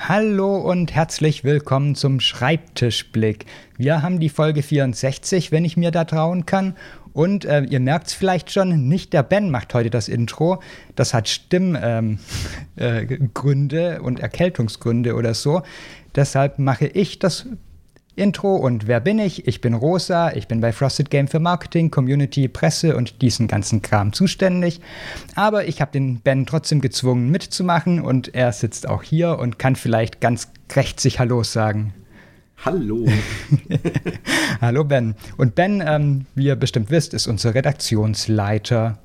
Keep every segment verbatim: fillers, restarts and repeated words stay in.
Hallo und herzlich willkommen zum Schreibtischblick. Wir haben die Folge vierundsechzig, wenn ich mir da trauen kann. Und äh, ihr merkt es vielleicht schon, nicht der Ben macht heute das Intro. Das hat Stimmgründe ähm, äh, und Erkältungsgründe oder so. Deshalb mache ich das Intro. Und wer bin ich? Ich bin Rosa, ich bin bei Frosted Game für Marketing, Community, Presse und diesen ganzen Kram zuständig. Aber ich habe den Ben trotzdem gezwungen mitzumachen und er sitzt auch hier und kann vielleicht ganz krächzig Hallo sagen. Hallo. Hallo Ben. Und Ben, ähm, wie ihr bestimmt wisst, ist unser Redaktionsleiter.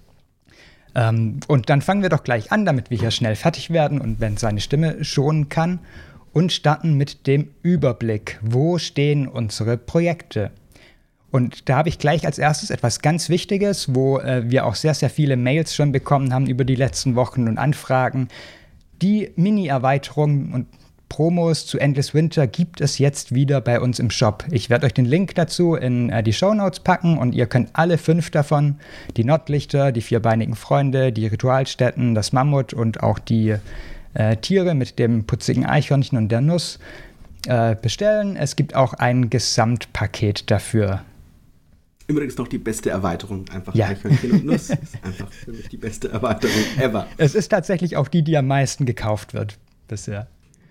Ähm, und dann fangen wir doch gleich an, damit wir hier schnell fertig werden und Ben seine Stimme schonen kann. Und starten mit dem Überblick. Wo stehen unsere Projekte? Und da habe ich gleich als erstes etwas ganz Wichtiges, wo äh, wir auch sehr, sehr viele Mails schon bekommen haben über die letzten Wochen und Anfragen. Die Mini-Erweiterung und Promos zu Endless Winter gibt es jetzt wieder bei uns im Shop. Ich werde euch den Link dazu in äh, die Shownotes packen und ihr könnt alle fünf davon, die Nordlichter, die vierbeinigen Freunde, die Ritualstätten, das Mammut und auch die Äh, Tiere mit dem putzigen Eichhörnchen und der Nuss äh, bestellen. Es gibt auch ein Gesamtpaket dafür. Übrigens noch die beste Erweiterung. Einfach ja. Eichhörnchen und Nuss ist einfach für mich die beste Erweiterung ever. Es ist tatsächlich auch die, die am meisten gekauft wird bisher.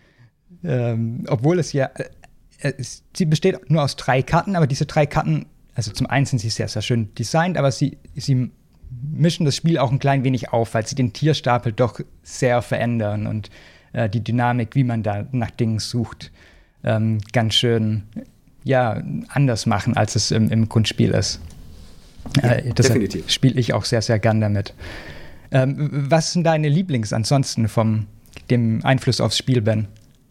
Ähm, obwohl es ja, äh, es, sie besteht nur aus drei Karten, aber diese drei Karten, also zum einen sind sie sehr, sehr schön designt, aber sie, sie mischen das Spiel auch ein klein wenig auf, weil sie den Tierstapel doch sehr verändern und äh, die Dynamik, wie man da nach Dingen sucht, ähm, ganz schön ja, anders machen, als es im, im Grundspiel ist. Ja, äh, das definitiv. Spiele ich auch sehr, sehr gern damit. Ähm, was sind deine Lieblings ansonsten vom dem Einfluss aufs Spiel, Ben?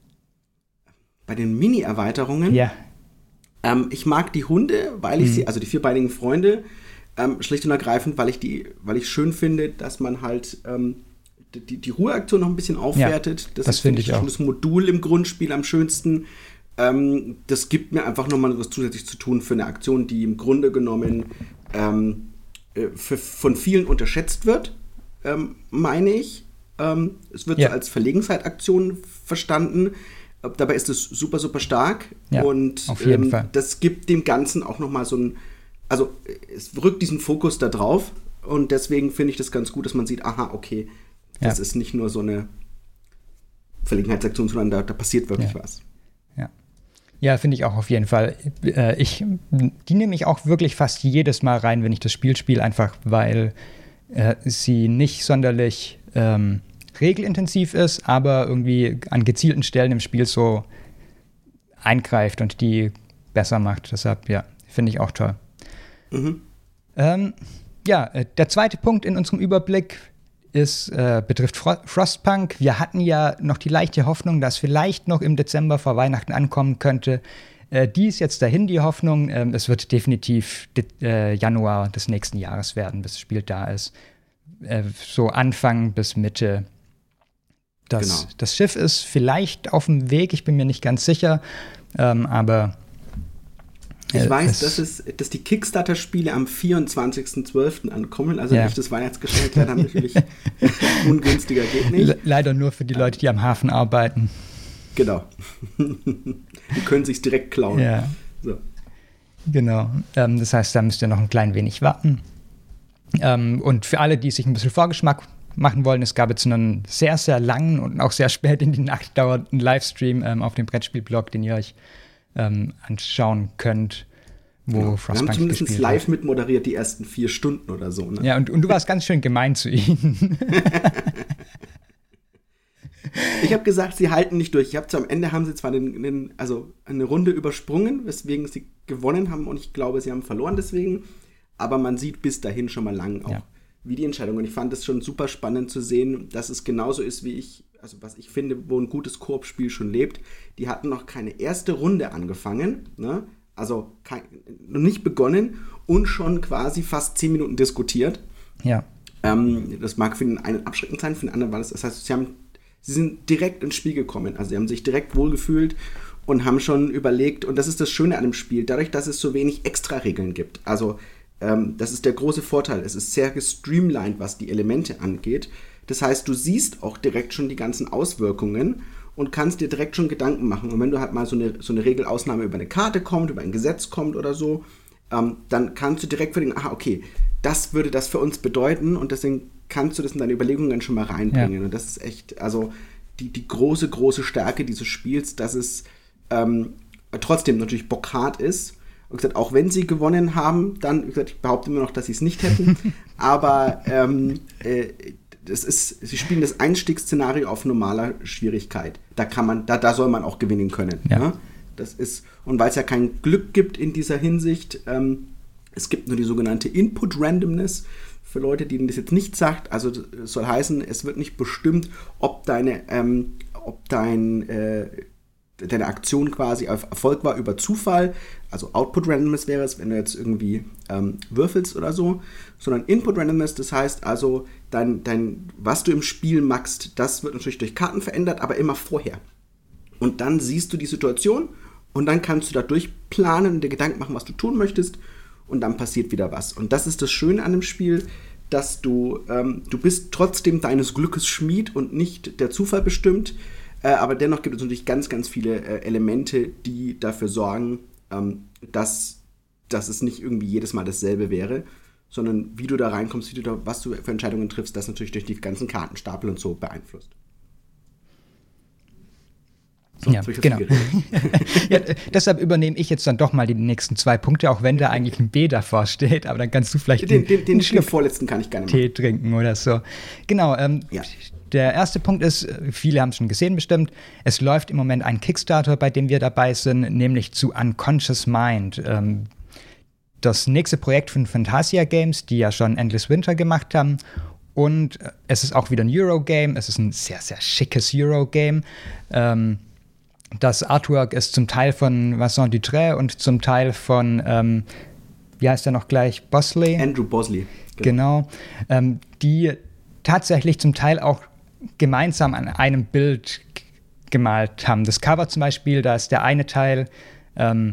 Bei den Mini-Erweiterungen? Ja. Ähm, ich mag die Hunde, weil ich mhm. sie, also die vierbeinigen Freunde, Ähm, schlicht und ergreifend, weil ich die, weil ich schön finde, dass man halt ähm, die, die Ruheaktion noch ein bisschen aufwertet. Ja, das das finde ich auch. Das Modul im Grundspiel am schönsten. Ähm, das gibt mir einfach nochmal was zusätzlich zu tun für eine Aktion, die im Grunde genommen ähm, für, von vielen unterschätzt wird, ähm, meine ich. Ähm, es wird ja. so als Verlegenheitsaktion verstanden. Dabei ist es super, super stark. Ja, und auf jeden ähm, Fall. Das gibt dem Ganzen auch nochmal so ein Also es rückt diesen Fokus da drauf und deswegen finde ich das ganz gut, dass man sieht, aha, okay, das ja. ist nicht nur so eine Verlegenheitsaktion, sondern da, da passiert wirklich ja. was. Ja, ja, finde ich auch auf jeden Fall. Ich, die nehme ich auch wirklich fast jedes Mal rein, wenn ich das Spiel spiele, einfach weil äh, sie nicht sonderlich ähm, regelintensiv ist, aber irgendwie an gezielten Stellen im Spiel so eingreift und die besser macht. Deshalb, ja, finde ich auch toll. Mhm. Ähm, ja, der zweite Punkt in unserem Überblick ist, äh, betrifft Fro- Frostpunk. Wir hatten ja noch die leichte Hoffnung, dass vielleicht noch im Dezember vor Weihnachten ankommen könnte. Äh, die ist jetzt dahin, die Hoffnung. Ähm, es wird definitiv de- äh, Januar des nächsten Jahres werden, bis das Spiel da ist. Äh, so Anfang bis Mitte. Das, genau. das Schiff ist vielleicht auf dem Weg, ich bin mir nicht ganz sicher, ähm, aber Ich äh, weiß, dass, es, dass die Kickstarter-Spiele am vierundzwanzigsten zwölften ankommen, also ja. nicht das Weihnachtsgeschenk, leider natürlich ungünstiger geht nicht. Le- leider nur für die Leute, die am Hafen arbeiten. Genau. Die können sich's direkt klauen. Ja. So. Genau. Ähm, das heißt, da müsst ihr noch ein klein wenig warten. Ähm, und für alle, die sich ein bisschen Vorgeschmack machen wollen, es gab jetzt einen sehr, sehr langen und auch sehr spät in die Nacht dauernden Livestream ähm, auf dem Brettspielblog, den ihr euch Ähm, anschauen könnt, wo genau. Frostpunk Wir haben zumindest gespielt live wird. mitmoderiert, die ersten vier Stunden oder so. Ne? Ja, und, und du warst ganz schön gemein zu ihnen. Ich habe gesagt, sie halten nicht durch. Ich habe zu am Ende haben sie zwar den, den, also eine Runde übersprungen, weswegen sie gewonnen haben und ich glaube, sie haben verloren deswegen, aber man sieht bis dahin schon mal lang auch, ja. wie die Entscheidung. Und ich fand es schon super spannend zu sehen, dass es genauso ist, wie ich also was ich finde, wo ein gutes Koop-Spiel schon lebt. Die hatten noch keine erste Runde angefangen, ne? Also kein, noch nicht begonnen und schon quasi fast zehn Minuten diskutiert. Ja. Ähm, das mag für den einen abschreckend sein, für den anderen war das, das heißt, sie, haben, sie sind direkt ins Spiel gekommen, also sie haben sich direkt wohlgefühlt und haben schon überlegt, und das ist das Schöne an dem Spiel, dadurch, dass es so wenig Extra-Regeln gibt, also ähm, das ist der große Vorteil, es ist sehr gestreamlined, was die Elemente angeht. Das heißt, du siehst auch direkt schon die ganzen Auswirkungen und kannst dir direkt schon Gedanken machen. Und wenn du halt mal so eine, so eine Regelausnahme über eine Karte kommt, über ein Gesetz kommt oder so, ähm, dann kannst du direkt für den, aha, okay, das würde das für uns bedeuten und deswegen kannst du das in deine Überlegungen schon mal reinbringen. Ja. Und das ist echt, also die, die große, große Stärke dieses Spiels, dass es ähm, trotzdem natürlich bockhart ist. Und gesagt, auch wenn sie gewonnen haben, dann, wie gesagt, ich behaupte immer noch, dass sie es nicht hätten, aber ähm, äh, das ist, sie spielen das Einstiegsszenario auf normaler Schwierigkeit. Da kann man, da, da soll man auch gewinnen können. Ja. Ne? Das ist, und weil es ja kein Glück gibt in dieser Hinsicht, ähm, es gibt nur die sogenannte Input Randomness. Für Leute, denen das jetzt nicht sagt, also das soll heißen, es wird nicht bestimmt, ob deine, ähm, ob dein äh, deine Aktion quasi auf Erfolg war über Zufall, also Output Randomness wäre es, wenn du jetzt irgendwie ähm, würfelst oder so, sondern Input Randomness, das heißt also, dein, dein, was du im Spiel machst, das wird natürlich durch Karten verändert, aber immer vorher. Und dann siehst du die Situation und dann kannst du da durchplanen und dir Gedanken machen, was du tun möchtest und dann passiert wieder was. Und das ist das Schöne an dem Spiel, dass du, ähm, du bist trotzdem deines Glückes Schmied und nicht der Zufall bestimmt. Äh, aber dennoch gibt es natürlich ganz, ganz viele äh, Elemente, die dafür sorgen, ähm, dass, dass es nicht irgendwie jedes Mal dasselbe wäre, sondern wie du da reinkommst, wie du da, was du für Entscheidungen triffst, das natürlich durch die ganzen Kartenstapel und so beeinflusst. So, ja, genau. Ja, deshalb übernehme ich jetzt dann doch mal die nächsten zwei Punkte, auch wenn da eigentlich ein B davor steht, aber dann kannst du vielleicht den, den, den, den vorletzten kann ich gerne machen. Tee trinken oder so. Genau, ähm, ja. Der erste Punkt ist, viele haben es schon gesehen bestimmt, es läuft im Moment ein Kickstarter, bei dem wir dabei sind, nämlich zu Unconscious Mind. Ähm, das nächste Projekt von Fantasia Games, die ja schon Endless Winter gemacht haben. Und es ist auch wieder ein Eurogame, es ist ein sehr, sehr schickes Eurogame. Ähm, das Artwork ist zum Teil von Vincent Dutrait und zum Teil von, ähm, wie heißt der noch gleich, Bosley? Andrew Bosley. Genau. genau ähm, die tatsächlich zum Teil auch gemeinsam an einem Bild g- gemalt haben. Das Cover zum Beispiel, da ist der eine Teil ähm,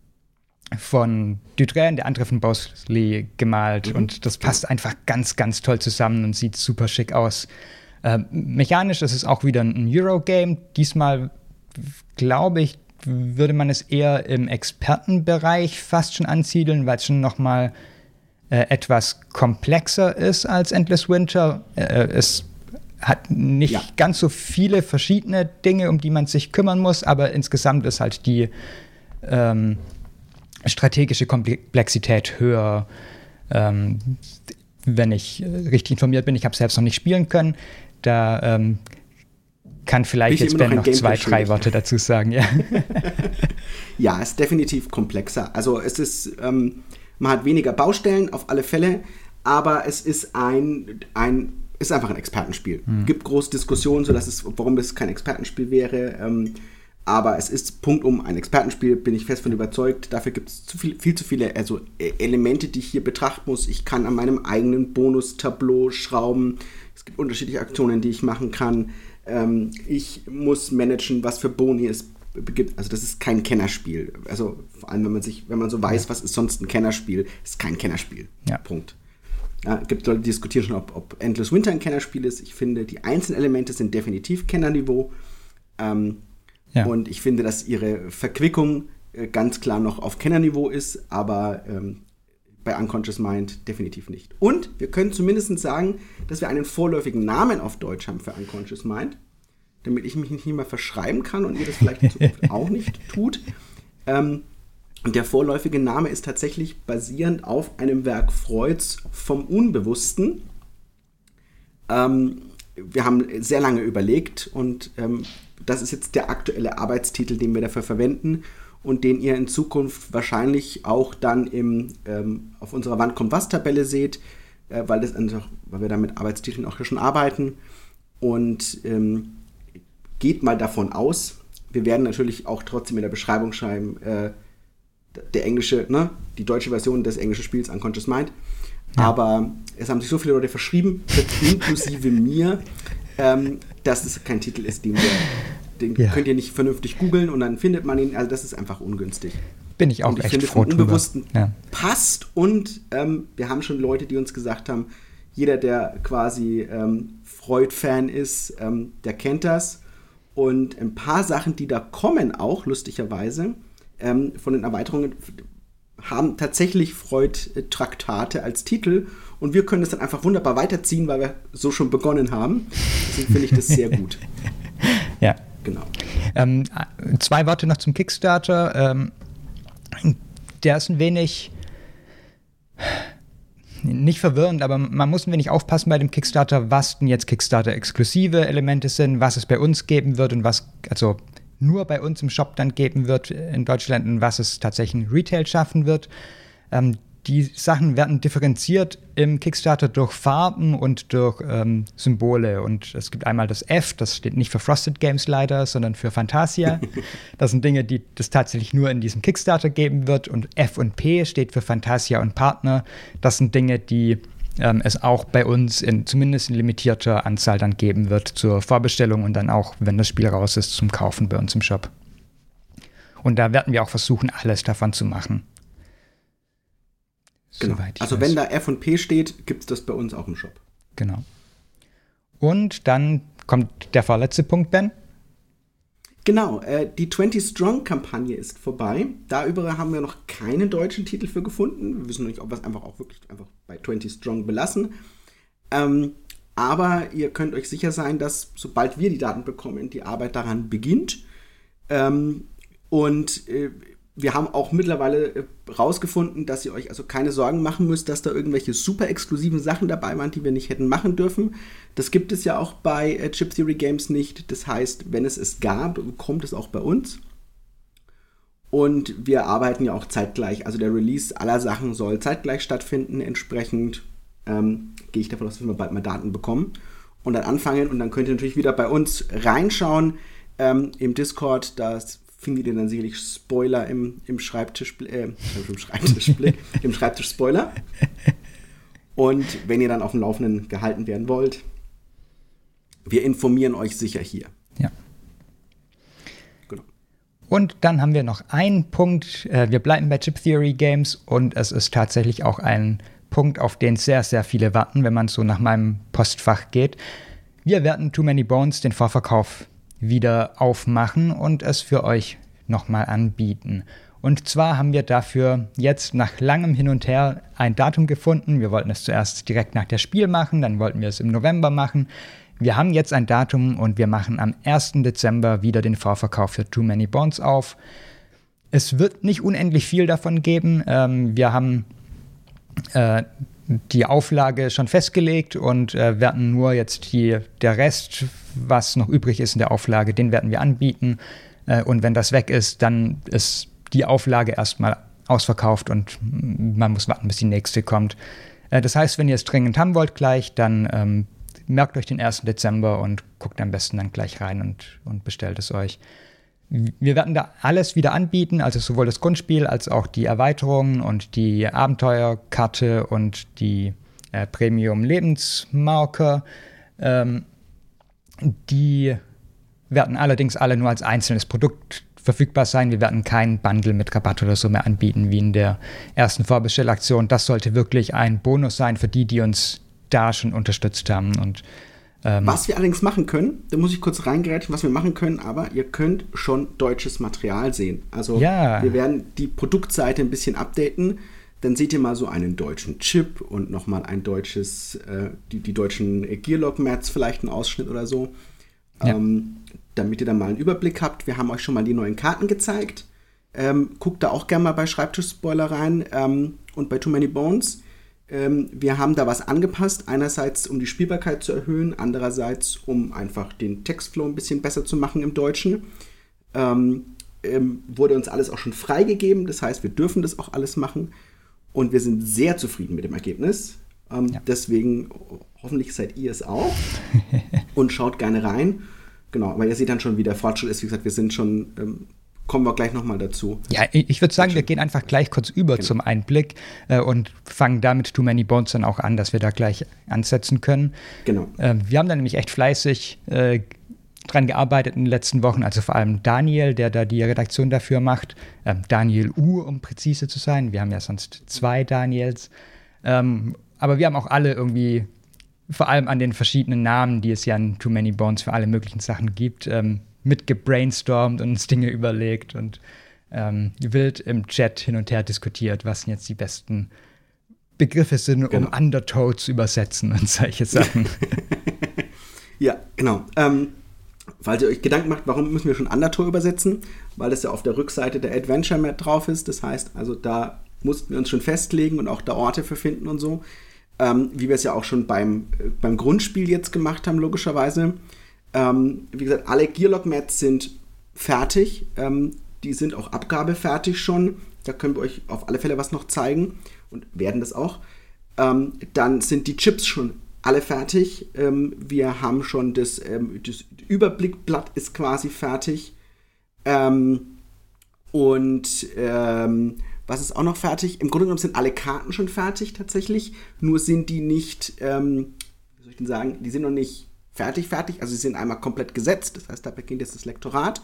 von Dutrait und der andere von Bosley gemalt. Mhm. Und das passt einfach ganz, ganz toll zusammen und sieht super schick aus. Ähm, mechanisch ist es auch wieder ein Eurogame. Diesmal, glaube ich, würde man es eher im Expertenbereich fast schon ansiedeln, weil es schon noch mal äh, etwas komplexer ist als Endless Winter. Äh, es hat nicht ja. ganz so viele verschiedene Dinge, um die man sich kümmern muss, aber insgesamt ist halt die ähm, strategische Komplexität höher. Ähm, wenn ich richtig informiert bin, ich habe es selbst noch nicht spielen können, da ähm, kann vielleicht jetzt Ben noch, noch zwei, drei Worte dazu sagen. Ja, ja, es ist definitiv komplexer. Also es ist, ähm, man hat weniger Baustellen auf alle Fälle, aber es ist ein, ein ist einfach ein Expertenspiel. Es hm. gibt große Diskussionen, so dass es, warum es kein Expertenspiel wäre. Ähm, aber es ist punktum ein Expertenspiel, bin ich fest von überzeugt. Dafür gibt es zu viel, viel zu viele also Elemente, die ich hier betrachten muss. Ich kann an meinem eigenen Bonus-Tableau schrauben. Es gibt unterschiedliche Aktionen, die ich machen kann. Ähm, ich muss managen, was für Boni es gibt. Also das ist kein Kennerspiel. Also vor allem, wenn man sich, wenn man so weiß, was ist sonst ein Kennerspiel, ist kein Kennerspiel. Ja. Punkt. Ja, es gibt Leute, die diskutieren schon, ob, ob Endless Winter ein Kennerspiel ist. Ich finde, die einzelnen Elemente sind definitiv Kennerniveau. Ähm, ja. Und ich finde, dass ihre Verquickung äh, ganz klar noch auf Kennerniveau ist, aber ähm, bei Unconscious Mind definitiv nicht. Und wir können zumindest sagen, dass wir einen vorläufigen Namen auf Deutsch haben für Unconscious Mind, damit ich mich nicht mehr verschreiben kann und ihr das vielleicht in Zukunft auch nicht tut. Ähm, Und der vorläufige Name ist tatsächlich basierend auf einem Werk Freuds vom Unbewussten. Ähm, wir haben sehr lange überlegt und ähm, das ist jetzt der aktuelle Arbeitstitel, den wir dafür verwenden und den ihr in Zukunft wahrscheinlich auch dann im, ähm, auf unserer Wann kommt was Tabelle seht, äh, weil, das einfach, weil wir da mit Arbeitstiteln auch schon arbeiten. Und ähm, geht mal davon aus, wir werden natürlich auch trotzdem in der Beschreibung schreiben, äh, der englische, ne, die deutsche Version des englischen Spiels Unconscious Mind. Ja. Aber es haben sich so viele Leute verschrieben, inklusive mir, ähm, dass es kein Titel ist, den, wir, den ja. könnt ihr nicht vernünftig googeln und dann findet man ihn. Also das ist einfach ungünstig. Bin ich auch und ich echt finde, froh drüber. Unbewussten ja. passt und ähm, wir haben schon Leute, die uns gesagt haben, jeder, der quasi ähm, Freud-Fan ist, ähm, der kennt das. Und ein paar Sachen, die da kommen auch, lustigerweise, ähm, von den Erweiterungen, haben tatsächlich Freud-Traktate als Titel. Und wir können das dann einfach wunderbar weiterziehen, weil wir so schon begonnen haben. Deswegen finde ich das sehr gut. Ja. Genau. Ähm, zwei Worte noch zum Kickstarter. Ähm, der ist ein wenig... nicht verwirrend, aber man muss ein wenig aufpassen bei dem Kickstarter, was denn jetzt Kickstarter-exklusive Elemente sind, was es bei uns geben wird und was also nur bei uns im Shop dann geben wird in Deutschland und was es tatsächlich in Retail schaffen wird. Ähm, die Sachen werden differenziert im Kickstarter durch Farben und durch ähm, Symbole. Und es gibt einmal das F, das steht nicht für Frosted Games leider, sondern für Phantasia. Das sind Dinge, die es tatsächlich nur in diesem Kickstarter geben wird. Und F und P steht für Phantasia und Partner. Das sind Dinge, die ähm, es auch bei uns in zumindest in limitierter Anzahl dann geben wird zur Vorbestellung und dann auch, wenn das Spiel raus ist, zum Kaufen bei uns im Shop. Und da werden wir auch versuchen, alles davon zu machen. Genau. Also wenn da F und P steht, gibt es das bei uns auch im Shop. Genau. Und dann kommt der vorletzte Punkt, Ben. Genau, äh, die zwanzig Strong-Kampagne ist vorbei. Darüber haben wir noch keinen deutschen Titel für gefunden. Wir wissen noch nicht, ob wir es einfach auch wirklich einfach bei zwanzig Strong belassen. Ähm, aber ihr könnt euch sicher sein, dass sobald wir die Daten bekommen, die Arbeit daran beginnt. Ähm, und äh, wir haben auch mittlerweile rausgefunden, dass ihr euch also keine Sorgen machen müsst, dass da irgendwelche super exklusiven Sachen dabei waren, die wir nicht hätten machen dürfen. Das gibt es ja auch bei äh, Chip Theory Games nicht. Das heißt, wenn es es gab, kommt es auch bei uns. Und wir arbeiten ja auch zeitgleich. Also der Release aller Sachen soll zeitgleich stattfinden. Entsprechend ähm, gehe ich davon aus, dass wir bald mal Daten bekommen und dann anfangen. Und dann könnt ihr natürlich wieder bei uns reinschauen ähm, im Discord. Das findet ihr dann sicherlich Spoiler im, im Schreibtisch, äh, im Schreibtischblick, im Schreibtisch-Spoiler. Und wenn ihr dann auf dem Laufenden gehalten werden wollt, wir informieren euch sicher hier. Ja. Genau. Und dann haben wir noch einen Punkt. Wir bleiben bei Chip Theory Games und es ist tatsächlich auch ein Punkt, auf den sehr, sehr viele warten, wenn man so nach meinem Postfach geht. Wir werden Too Many Bones, den Vorverkauf, wieder aufmachen und es für euch nochmal anbieten. Und zwar haben wir dafür jetzt nach langem Hin und Her ein Datum gefunden. Wir wollten es zuerst direkt nach der Spiel machen, dann wollten wir es im November machen. Wir haben jetzt ein Datum und wir machen am ersten Dezember wieder den Vorverkauf für Too Many Bones auf. Es wird nicht unendlich viel davon geben. Ähm, wir haben äh, die Auflage schon festgelegt und äh, werden nur jetzt die, der Rest, was noch übrig ist in der Auflage, den werden wir anbieten. Äh, und wenn das weg ist, dann ist die Auflage erstmal ausverkauft und man muss warten, bis die nächste kommt. Äh, das heißt, wenn ihr es dringend haben wollt gleich, dann ähm, merkt euch den ersten Dezember und guckt am besten dann gleich rein und, und bestellt es euch. Wir werden da alles wieder anbieten, also sowohl das Grundspiel als auch die Erweiterungen und die Abenteuerkarte und die äh, Premium-Lebensmarker. Ähm, die werden allerdings alle nur als einzelnes Produkt verfügbar sein. Wir werden keinen Bundle mit Rabatt oder so mehr anbieten wie in der ersten Vorbestellaktion. Das sollte wirklich ein Bonus sein für die, die uns da schon unterstützt haben. Und ähm, was wir allerdings machen können, da muss ich kurz reingrätschen, was wir machen können, aber ihr könnt schon deutsches Material sehen. Also ja. Wir werden die Produktseite ein bisschen updaten. Dann seht ihr mal so einen deutschen Chip und nochmal ein deutsches, äh, die, die deutschen Gearlock-Mats, vielleicht einen Ausschnitt oder so. Ja. Ähm, damit ihr da mal einen Überblick habt. Wir haben euch schon mal die neuen Karten gezeigt. Ähm, guckt da auch gerne mal bei Schreibtisch-Spoiler rein ähm, und bei Too Many Bones. Ähm, wir haben da was angepasst. Einerseits, um die Spielbarkeit zu erhöhen. Andererseits, um einfach den Textflow ein bisschen besser zu machen im Deutschen. Ähm, ähm, wurde uns alles auch schon freigegeben. Das heißt, wir dürfen das auch alles machen. Und wir sind sehr zufrieden mit dem Ergebnis. Ähm, ja. Deswegen, hoffentlich seid ihr es auch. Und schaut gerne rein. Genau, aber ihr seht dann schon, wie der Fortschritt ist. Wie gesagt, wir sind schon, ähm, kommen wir gleich nochmal dazu. Ja, ich würde sagen, wir gehen einfach gleich kurz über genau. zum Einblick äh, und fangen damit Too Many Bones dann auch an, dass wir da gleich ansetzen können. Genau. Äh, wir haben da nämlich echt fleißig äh, dran gearbeitet in den letzten Wochen, also vor allem Daniel, der da die Redaktion dafür macht. Ähm, Daniel U, um präzise zu sein. Wir haben ja sonst zwei Daniels. Ähm, aber wir haben auch alle irgendwie vor allem an den verschiedenen Namen, die es ja in Too Many Bones für alle möglichen Sachen gibt, ähm, mitgebrainstormt und uns Dinge überlegt und ähm, wild im Chat hin und her diskutiert, was jetzt die besten Begriffe sind, genau. um Undertow zu übersetzen und solche Sachen. Ja, genau. Ähm, falls ihr euch Gedanken macht, warum müssen wir schon Undertow übersetzen? Weil das ja auf der Rückseite der Adventure Map drauf ist. Das heißt, also da mussten wir uns schon festlegen und auch da Orte für finden und so. Ähm, wie wir es ja auch schon beim, äh, beim Grundspiel jetzt gemacht haben, logischerweise. Ähm, wie gesagt, alle Gearloc-Mats sind fertig. Ähm, die sind auch abgabefertig schon. Da können wir euch auf alle Fälle was noch zeigen und werden das auch. Ähm, dann sind die Chips schon alle fertig. Ähm, wir haben schon das, ähm, das Überblickblatt ist quasi fertig. Ähm, und ähm, was ist auch noch fertig? Im Grunde genommen sind alle Karten schon fertig tatsächlich. Nur sind die nicht, ähm, wie soll ich denn sagen, die sind noch nicht fertig, fertig. Also sie sind einmal komplett gesetzt. Das heißt, da beginnt jetzt das Lektorat.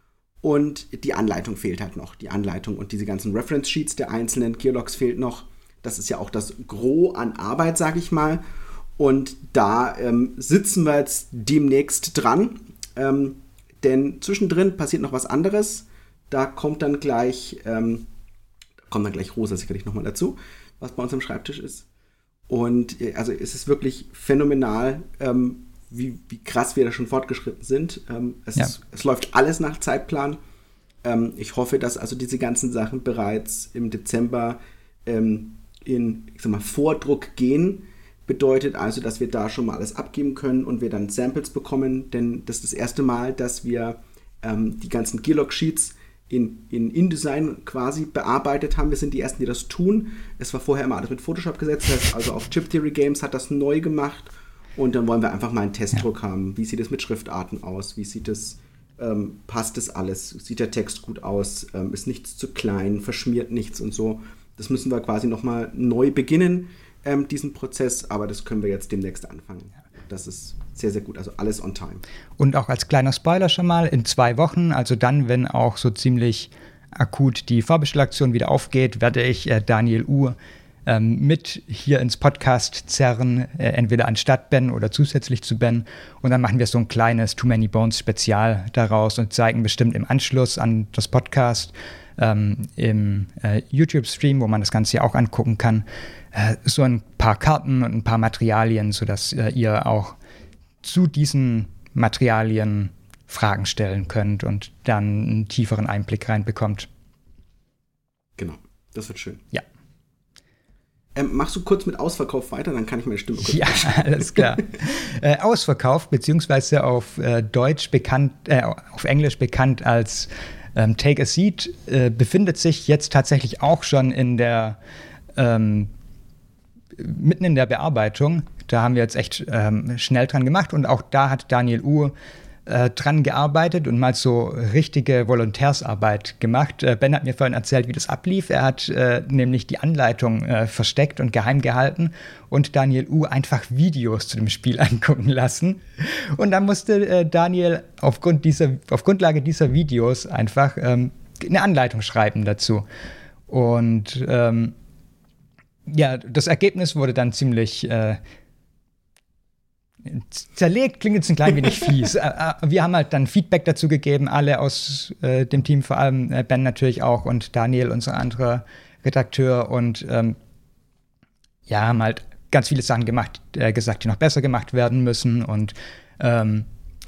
Und die Anleitung fehlt halt noch. Die Anleitung und diese ganzen Reference-Sheets der einzelnen Gearlocs fehlt noch. Das ist ja auch das Gros an Arbeit, sag ich mal. Und da ähm, sitzen wir jetzt demnächst dran. Ähm, denn zwischendrin passiert noch was anderes. Da kommt dann gleich, ähm, da kommt dann gleich Rosa sicherlich nochmal dazu, was bei uns am Schreibtisch ist. Und äh, also es ist wirklich phänomenal, ähm, wie, wie krass wir da schon fortgeschritten sind. Ähm, es, ja. ist, es läuft alles nach Zeitplan. Ähm, ich hoffe, dass also diese ganzen Sachen bereits im Dezember ähm, in, ich sag mal, Vordruck gehen. Bedeutet also, dass wir da schon mal alles abgeben können und wir dann Samples bekommen, denn das ist das erste Mal, dass wir ähm, die ganzen Gearloc-Sheets in, in InDesign quasi bearbeitet haben. Wir sind die Ersten, die das tun. Es war vorher immer alles mit Photoshop gesetzt, das heißt also auch Chip Theory Games hat das neu gemacht und dann wollen wir einfach mal einen Testdruck ja. haben. Wie sieht es mit Schriftarten aus? Wie sieht es, ähm, passt das alles? Sieht der Text gut aus? Ähm, ist nichts zu klein? Verschmiert nichts und so? Das müssen wir quasi nochmal neu beginnen. Ähm, diesen Prozess, aber das können wir jetzt demnächst anfangen. Das ist sehr, sehr gut, also alles on time. Und auch als kleiner Spoiler schon mal, in zwei Wochen, also dann, wenn auch so ziemlich akut die Vorbestellaktion wieder aufgeht, werde ich äh, Daniel Uhr ähm, mit hier ins Podcast zerren, äh, entweder anstatt Ben oder zusätzlich zu Ben. Und dann machen wir so ein kleines Too Many Bones Spezial daraus und zeigen bestimmt im Anschluss an das Podcast ähm, im äh, YouTube-Stream, wo man das Ganze ja auch angucken kann, so ein paar Karten und ein paar Materialien, sodass äh, ihr auch zu diesen Materialien Fragen stellen könnt und dann einen tieferen Einblick reinbekommt. Genau, das wird schön. Ja. Ähm, machst du kurz mit Ausverkauf weiter, dann kann ich meine Stimme kurz Ja, alles klar. äh, Ausverkauf, beziehungsweise auf äh, Deutsch bekannt, äh, auf Englisch bekannt als ähm, Take a Seat, äh, befindet sich jetzt tatsächlich auch schon in der ähm, mitten in der Bearbeitung. Da haben wir jetzt echt ähm, schnell dran gemacht und auch da hat Daniel Uhr äh, dran gearbeitet und mal so richtige Volontärsarbeit gemacht. Äh, Ben hat mir vorhin erzählt, wie das ablief. Er hat äh, nämlich die Anleitung äh, versteckt und geheim gehalten und Daniel Uhr einfach Videos zu dem Spiel angucken lassen. Und dann musste äh, Daniel aufgrund dieser, auf Grundlage dieser Videos einfach ähm, eine Anleitung schreiben dazu. Und ähm, ja, das Ergebnis wurde dann ziemlich äh, zerlegt, klingt jetzt ein klein wenig fies. äh, wir haben halt dann Feedback dazu gegeben, alle aus äh, dem Team, vor allem äh, Ben natürlich auch und Daniel, unser anderer Redakteur. Und ähm, ja, haben halt ganz viele Sachen gemacht, äh, gesagt, die noch besser gemacht werden müssen. Und ähm,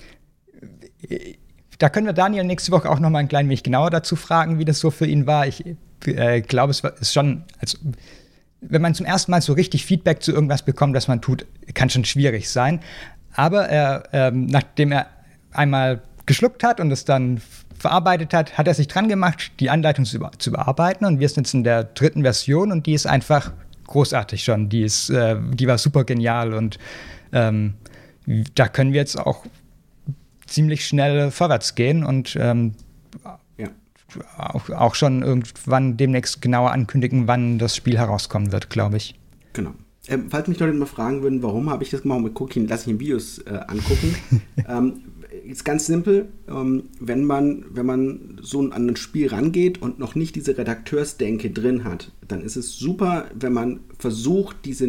da können wir Daniel nächste Woche auch noch mal ein klein wenig genauer dazu fragen, wie das so für ihn war. Ich äh, glaube, es war, ist schon, also wenn man zum ersten Mal so richtig Feedback zu irgendwas bekommt, das man tut, kann schon schwierig sein. Aber er, ähm, nachdem er einmal geschluckt hat und es dann verarbeitet hat, hat er sich dran gemacht, die Anleitung zu, über- zu bearbeiten. Und wir sind jetzt in der dritten Version und die ist einfach großartig schon. Die ist, äh, die war super genial und ähm, da können wir jetzt auch ziemlich schnell vorwärts gehen und ähm, Auch, auch schon irgendwann demnächst genauer ankündigen, wann das Spiel herauskommen wird, glaube ich. Genau. Ähm, falls mich Leute mal fragen würden, warum habe ich das gemacht, mit Cookie, lasse ich ihn Videos äh, angucken. ähm, ist ganz simpel. Ähm, wenn man, wenn man so an ein Spiel rangeht und noch nicht diese Redakteursdenke drin hat, dann ist es super, wenn man versucht, diese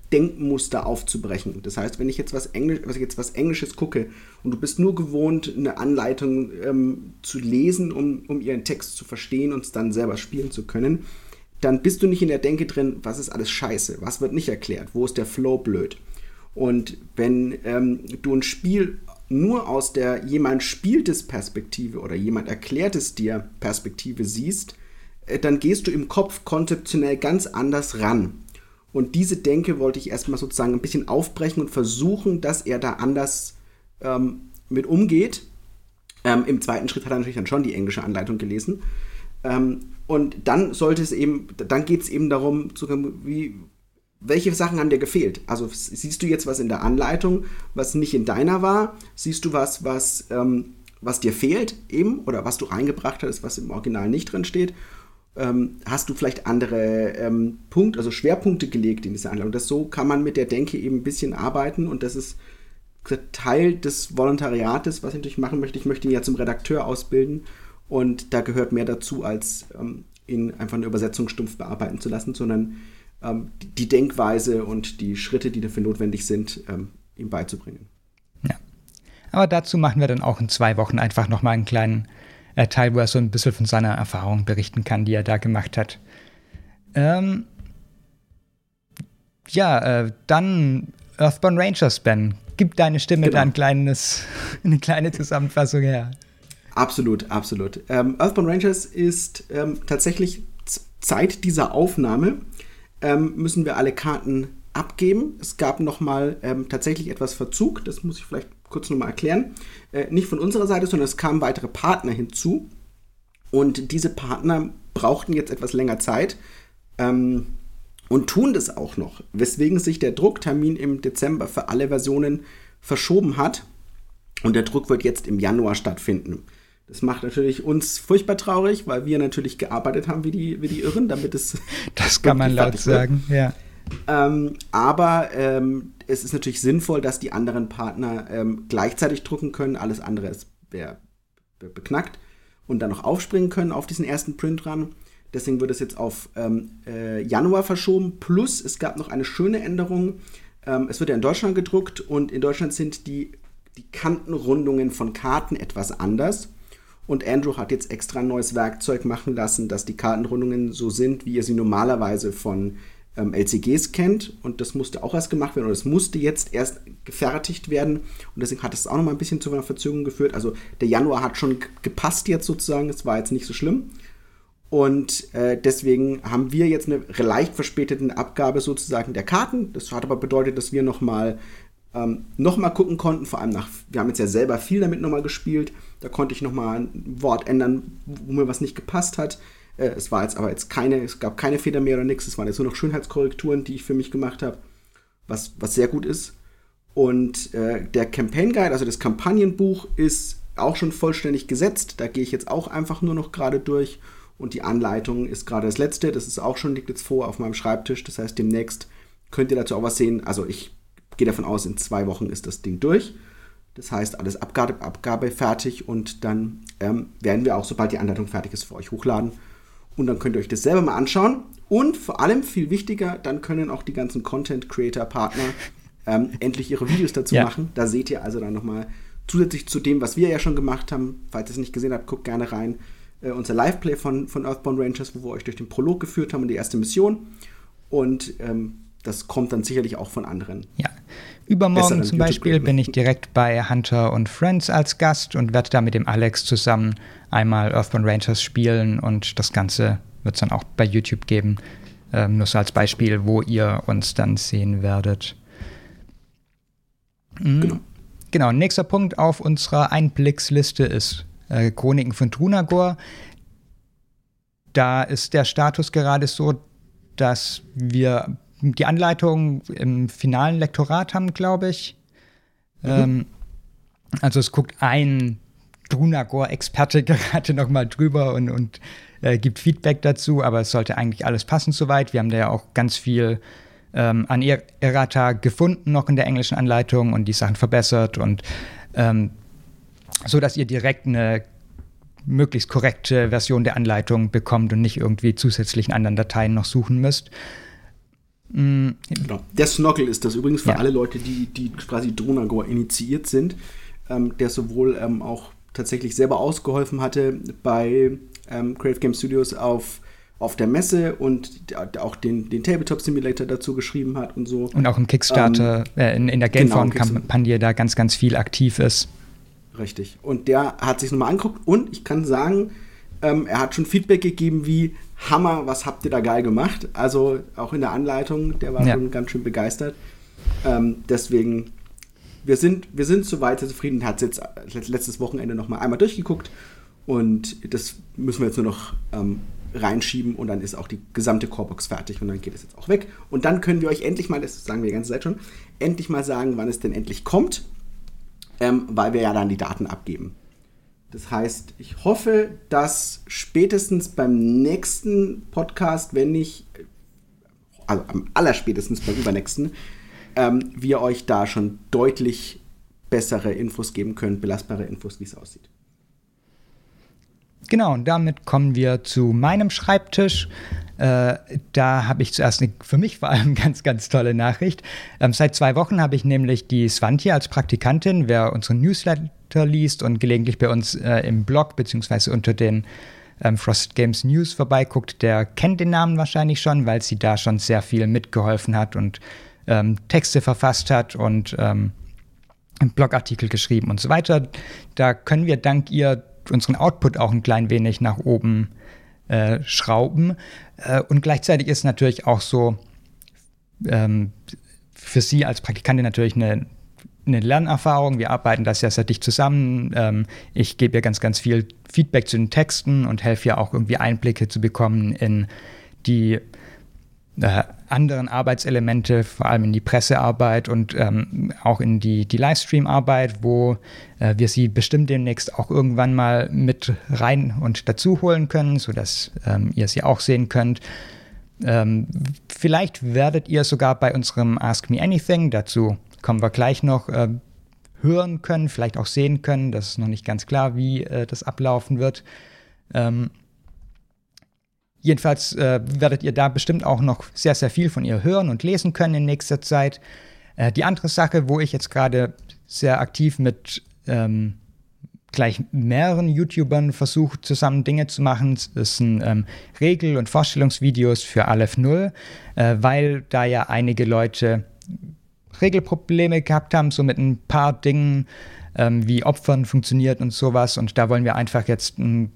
Denkmuster aufzubrechen. Das heißt, wenn ich jetzt was, Englisch, was, ich jetzt was Englisches gucke und du bist nur gewohnt, eine Anleitung ähm, zu lesen, um, um ihren Text zu verstehen und es dann selber spielen zu können, dann bist du nicht in der Denke drin, was ist alles scheiße, was wird nicht erklärt, wo ist der Flow blöd. Und wenn ähm, du ein Spiel nur aus der jemand spielt es Perspektive oder jemand erklärt es dir Perspektive siehst, äh, dann gehst du im Kopf konzeptionell ganz anders ran. Und diese Denke wollte ich erstmal sozusagen ein bisschen aufbrechen und versuchen, dass er da anders ähm, mit umgeht. Ähm, Im zweiten Schritt hat er natürlich dann schon die englische Anleitung gelesen. Ähm, und dann sollte es eben, dann geht es eben darum, wie, welche Sachen haben dir gefehlt? Also siehst du jetzt was in der Anleitung, was nicht in deiner war? Siehst du was, was, ähm, was dir fehlt eben oder was du reingebracht hast, was im Original nicht drin steht? Ähm, hast du vielleicht andere ähm, Punkte, also Schwerpunkte gelegt in dieser Anleitung? Das so kann man mit der Denke eben ein bisschen arbeiten und das ist Teil des Volontariates, was ich natürlich machen möchte. Ich möchte ihn ja zum Redakteur ausbilden und da gehört mehr dazu, als ähm, ihn einfach eine Übersetzung stumpf bearbeiten zu lassen, sondern ähm, die Denkweise und die Schritte, die dafür notwendig sind, ähm, ihm beizubringen. Ja, aber dazu machen wir dann auch in zwei Wochen einfach nochmal einen kleinen Äh, Teil, wo er so ein bisschen von seiner Erfahrung berichten kann, die er da gemacht hat. Ähm, ja, äh, dann Earthbound Rangers, Ben. Gib deine Stimme genau. da ein kleines, eine kleine Zusammenfassung her. Absolut, absolut. Ähm, Earthbound Rangers ist ähm, tatsächlich z- seit dieser Aufnahme ähm, müssen wir alle Karten abgeben. Es gab nochmal ähm, tatsächlich etwas Verzug, das muss ich vielleicht kurz nochmal erklären. Äh, nicht von unserer Seite, sondern es kamen weitere Partner hinzu. Und diese Partner brauchten jetzt etwas länger Zeit ähm, und tun das auch noch, weswegen sich der Drucktermin im Dezember für alle Versionen verschoben hat. Und der Druck wird jetzt im Januar stattfinden. Das macht natürlich uns furchtbar traurig, weil wir natürlich gearbeitet haben wie die, wie die Irren, damit es. Das kann man laut sagen, ja. Ähm, aber ähm, es ist natürlich sinnvoll, dass die anderen Partner ähm, gleichzeitig drucken können. Alles andere ist wär, wär beknackt und dann noch aufspringen können auf diesen ersten Print-Run. Deswegen wird es jetzt auf ähm, äh, Januar verschoben. Plus, es gab noch eine schöne Änderung. Ähm, es wird ja in Deutschland gedruckt und in Deutschland sind die, die Kantenrundungen von Karten etwas anders. Und Andrew hat jetzt extra ein neues Werkzeug machen lassen, dass die Kartenrundungen so sind, wie ihr sie normalerweise von ähm, L C Gs kennt. Und das musste auch erst gemacht werden, oder es musste jetzt erst gefertigt werden. Und deswegen hat es auch noch mal ein bisschen zu einer Verzögerung geführt. Also der Januar hat schon gepasst jetzt sozusagen, es war jetzt nicht so schlimm. Und äh, deswegen haben wir jetzt eine leicht verspätete Abgabe sozusagen der Karten. Das hat aber bedeutet, dass wir noch mal ähm, noch mal gucken konnten, vor allem nach, wir haben jetzt ja selber viel damit noch mal gespielt. Da konnte ich noch mal ein Wort ändern, wo mir was nicht gepasst hat. Äh, es war jetzt aber jetzt keine, es gab keine Fehler mehr oder nichts. Es waren jetzt nur noch Schönheitskorrekturen, die ich für mich gemacht habe, was, was sehr gut ist. Und äh, der Campaign Guide, also das Kampagnenbuch, ist auch schon vollständig gesetzt. Da gehe ich jetzt auch einfach nur noch gerade durch. Und die Anleitung ist gerade das letzte. Das ist auch schon, liegt jetzt vor auf meinem Schreibtisch. Das heißt, demnächst könnt ihr dazu auch was sehen. Also ich gehe davon aus, in zwei Wochen ist das Ding durch. Das heißt, alles Abgabe, Abgabe fertig. Und dann ähm, werden wir auch, sobald die Anleitung fertig ist, für euch hochladen. Und dann könnt ihr euch das selber mal anschauen. Und vor allem, viel wichtiger, dann können auch die ganzen Content-Creator-Partner ähm, endlich ihre Videos dazu ja. machen. Da seht ihr also dann nochmal zusätzlich zu dem, was wir ja schon gemacht haben. Falls ihr es nicht gesehen habt, guckt gerne rein. Uh, unser Live-Play von, von Earthbound Rangers, wo wir euch durch den Prolog geführt haben und die erste Mission. Und ähm, das kommt dann sicherlich auch von anderen. Ja, übermorgen zum Beispiel bin ich direkt bei Hunter und Friends als Gast und werde da mit dem Alex zusammen einmal Earthbound Rangers spielen und das Ganze wird es dann auch bei YouTube geben. Ähm, nur so als Beispiel, wo ihr uns dann sehen werdet. Mhm. Genau. Genau, nächster Punkt auf unserer Einblicksliste ist Äh, Chroniken von Drunagor. Da ist der Status gerade so, dass wir die Anleitung im finalen Lektorat haben, glaube ich. Mhm. Ähm, also es guckt ein Drunagor-Experte gerade noch mal drüber und, und äh, gibt Feedback dazu, aber es sollte eigentlich alles passen soweit. Wir haben da ja auch ganz viel ähm, an Errata gefunden noch in der englischen Anleitung und die Sachen verbessert und ähm, so dass ihr direkt eine möglichst korrekte Version der Anleitung bekommt und nicht irgendwie zusätzlich in anderen Dateien noch suchen müsst. Mm. Genau. Der Snoggle ist das übrigens für Ja. alle Leute, die, die quasi Dronagor initiiert sind, ähm, der sowohl ähm, auch tatsächlich selber ausgeholfen hatte bei ähm, Creative Game Studios auf, auf der Messe und d- auch den, den Tabletop Simulator dazu geschrieben hat und so. Und auch im Kickstarter, ähm, äh, in, in der Gameform-Kampagne da ganz, ganz viel aktiv ist. Richtig. Und der hat sich nochmal angeguckt und ich kann sagen, ähm, er hat schon Feedback gegeben wie, Hammer, was habt ihr da geil gemacht? Also auch in der Anleitung, der war Ja. schon ganz schön begeistert. Ähm, deswegen, wir sind, wir sind soweit zufrieden. Hat es jetzt letztes Wochenende noch mal einmal durchgeguckt und das müssen wir jetzt nur noch ähm, reinschieben und dann ist auch die gesamte Corebox fertig und dann geht es jetzt auch weg. Und dann können wir euch endlich mal, das sagen wir die ganze Zeit schon, endlich mal sagen, wann es denn endlich kommt, ähm, weil wir ja dann die Daten abgeben. Das heißt, ich hoffe, dass spätestens beim nächsten Podcast, wenn nicht, also am allerspätestens beim übernächsten, ähm, wir euch da schon deutlich bessere Infos geben können, belastbare Infos, wie es aussieht. Genau, und damit kommen wir zu meinem Schreibtisch. Äh, da habe ich zuerst eine für mich vor allem ganz, ganz tolle Nachricht. Ähm, seit zwei Wochen habe ich nämlich die Svantje als Praktikantin. Wer unseren Newsletter liest und gelegentlich bei uns äh, im Blog beziehungsweise unter den ähm, Frosted Games News vorbeiguckt, der kennt den Namen wahrscheinlich schon, weil sie da schon sehr viel mitgeholfen hat und ähm, Texte verfasst hat und ähm, Blogartikel geschrieben und so weiter. Da können wir dank ihr unseren Output auch ein klein wenig nach oben äh, schrauben. Äh, und gleichzeitig ist natürlich auch so ähm, für sie als Praktikantin natürlich eine, eine Lernerfahrung. Wir arbeiten das ja sehr dicht zusammen. Ähm, ich gebe ihr ganz, ganz viel Feedback zu den Texten und helfe ihr auch irgendwie Einblicke zu bekommen in die äh, anderen Arbeitselemente, vor allem in die Pressearbeit und ähm, auch in die, die Livestream-Arbeit, wo äh, wir sie bestimmt demnächst auch irgendwann mal mit rein und dazu holen können, sodass ähm, ihr sie auch sehen könnt. Ähm, vielleicht werdet ihr sogar bei unserem Ask Me Anything, dazu kommen wir gleich noch, äh, hören können, vielleicht auch sehen können. Das ist noch nicht ganz klar, wie äh, das ablaufen wird. Ähm, Jedenfalls äh, werdet ihr da bestimmt auch noch sehr, sehr viel von ihr hören und lesen können in nächster Zeit. Äh, die andere Sache, wo ich jetzt gerade sehr aktiv mit ähm, gleich mehreren YouTubern versuche, zusammen Dinge zu machen, das sind ähm, Regel- und Vorstellungsvideos für Aleph null, äh, weil da ja einige Leute Regelprobleme gehabt haben, so mit ein paar Dingen, ähm, wie Opfern funktioniert und sowas. Und da wollen wir einfach jetzt ein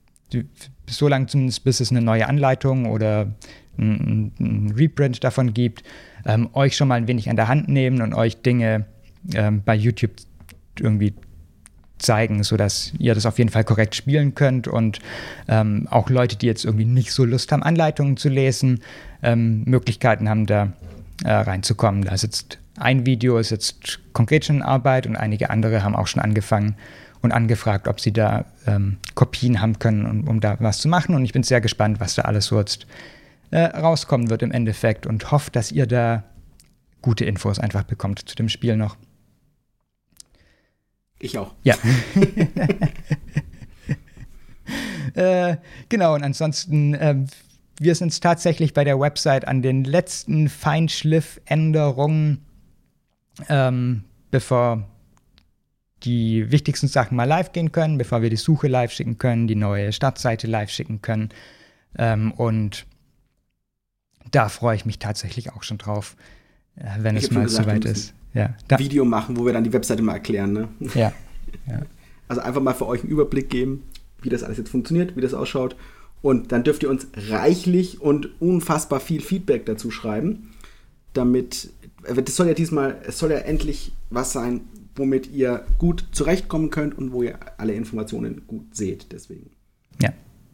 so lange zumindest, bis es eine neue Anleitung oder ein, ein Reprint davon gibt, ähm, euch schon mal ein wenig an der Hand nehmen und euch Dinge ähm, bei YouTube irgendwie zeigen, sodass ihr das auf jeden Fall korrekt spielen könnt und ähm, auch Leute, die jetzt irgendwie nicht so Lust haben, Anleitungen zu lesen, ähm, Möglichkeiten haben, da äh, reinzukommen. Da ist jetzt ein Video, ist jetzt konkret schon in Arbeit und einige andere haben auch schon angefangen und angefragt, ob sie da ähm, Kopien haben können, um, um da was zu machen. Und ich bin sehr gespannt, was da alles so jetzt äh, rauskommen wird im Endeffekt und hoffe, dass ihr da gute Infos einfach bekommt zu dem Spiel noch. Ich auch. Ja. äh, genau, und ansonsten, äh, wir sind tatsächlich bei der Website an den letzten Feinschliff-Änderungen, ähm, bevor die wichtigsten Sachen mal live gehen können, bevor wir die Suche live schicken können, die neue Startseite live schicken können. Ähm, und da freue ich mich tatsächlich auch schon drauf, äh, wenn Ich es hab schon mal gesagt, soweit wir ist. Ja, da, Video machen, wo wir dann die Webseite mal erklären. Ne? ja, ja. Also einfach mal für euch einen Überblick geben, wie das alles jetzt funktioniert, wie das ausschaut. Und dann dürft ihr uns reichlich und unfassbar viel Feedback dazu schreiben, damit, das soll ja diesmal, es soll ja endlich was sein, womit ihr gut zurechtkommen könnt und wo ihr alle Informationen gut seht. Deswegen. Ja.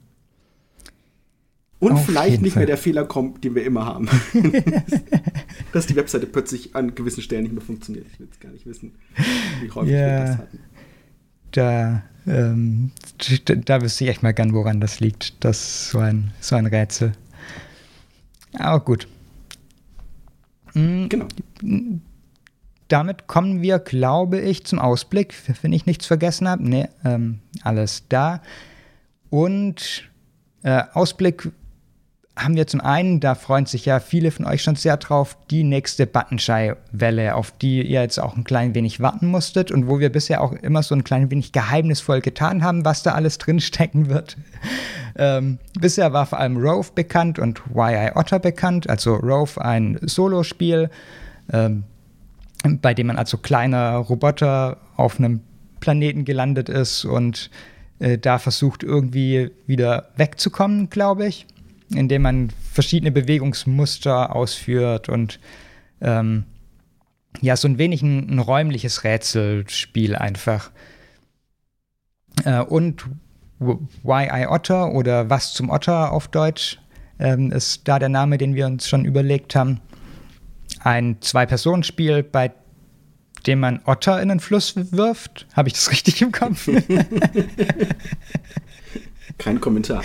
Und Auf vielleicht jeden nicht Fall. mehr der Fehler kommt, den wir immer haben. Dass die Webseite plötzlich an gewissen Stellen nicht mehr funktioniert. Ich will jetzt gar nicht wissen, wie häufig Ja. wir das hatten. Da, ähm, da, da wüsste ich echt mal gern, woran das liegt. Das ist so ein, so ein Rätsel. Aber gut. Mhm. Genau. Damit kommen wir, glaube ich, zum Ausblick, wenn ich nichts vergessen habe. Nee, ähm, alles da. Und äh, Ausblick haben wir zum einen, da freuen sich ja viele von euch schon sehr drauf, die nächste Buttonshy-Welle, auf die ihr jetzt auch ein klein wenig warten musstet und wo wir bisher auch immer so ein klein wenig geheimnisvoll getan haben, was da alles drinstecken wird. Ähm, bisher war vor allem Rove bekannt und Y-I-Otter bekannt, also Rove ein Solospiel, ähm, bei dem man als so kleiner Roboter auf einem Planeten gelandet ist und äh, da versucht irgendwie wieder wegzukommen, glaube ich, indem man verschiedene Bewegungsmuster ausführt und ähm, ja, so ein wenig ein, ein räumliches Rätselspiel einfach. Äh, und Y-I-Otter oder Was zum Otter auf Deutsch ähm, ist da der Name, den wir uns schon überlegt haben. Ein Zwei-Personen-Spiel, bei dem man Otter in den Fluss wirft. Habe ich das richtig im Kopf? Kein Kommentar.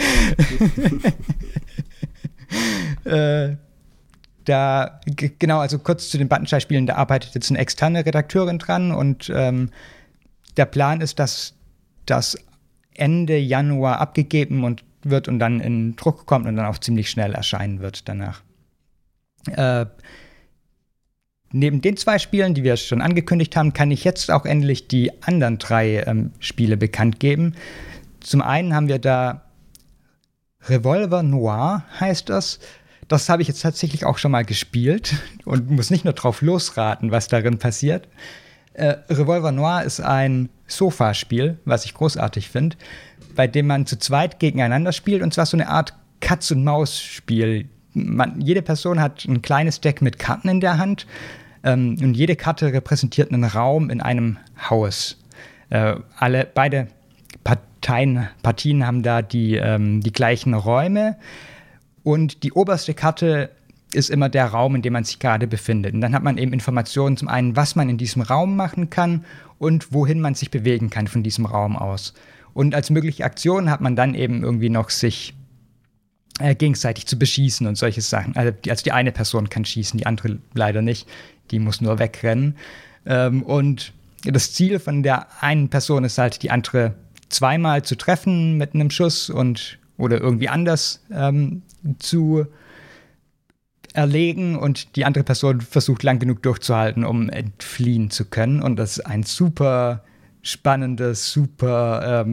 äh, da, g- genau, also kurz zu den Buttonshy-Spielen, da arbeitet jetzt eine externe Redakteurin dran und ähm, der Plan ist, dass das Ende Januar abgegeben und wird und dann in Druck kommt und dann auch ziemlich schnell erscheinen wird danach. Äh, neben den zwei Spielen, die wir schon angekündigt haben, kann ich jetzt auch endlich die anderen drei ähm, Spiele bekannt geben. Zum einen haben wir da Revolver Noir, heißt das. Das habe ich jetzt tatsächlich auch schon mal gespielt und muss nicht nur drauf losraten, was darin passiert. Äh, Revolver Noir ist ein Sofaspiel, was ich großartig finde, bei dem man zu zweit gegeneinander spielt und zwar so eine Art Katz-und-Maus-Spiel. Man, jede Person hat ein kleines Deck mit Karten in der Hand ähm, und jede Karte repräsentiert einen Raum in einem Haus. Äh, alle, beide Parteien, Partien haben da die, ähm, die gleichen Räume und die oberste Karte ist immer der Raum, in dem man sich gerade befindet. Und dann hat man eben Informationen zum einen, was man in diesem Raum machen kann und wohin man sich bewegen kann von diesem Raum aus. Und als mögliche Aktion hat man dann eben irgendwie noch sich äh, gegenseitig zu beschießen und solche Sachen. Also die, also die eine Person kann schießen, die andere leider nicht. Die muss nur wegrennen. Ähm, und das Ziel von der einen Person ist halt, die andere zweimal zu treffen mit einem Schuss und oder irgendwie anders ähm, zu erlegen und die andere Person versucht lang genug durchzuhalten, um entfliehen zu können. Und das ist ein super spannendes, super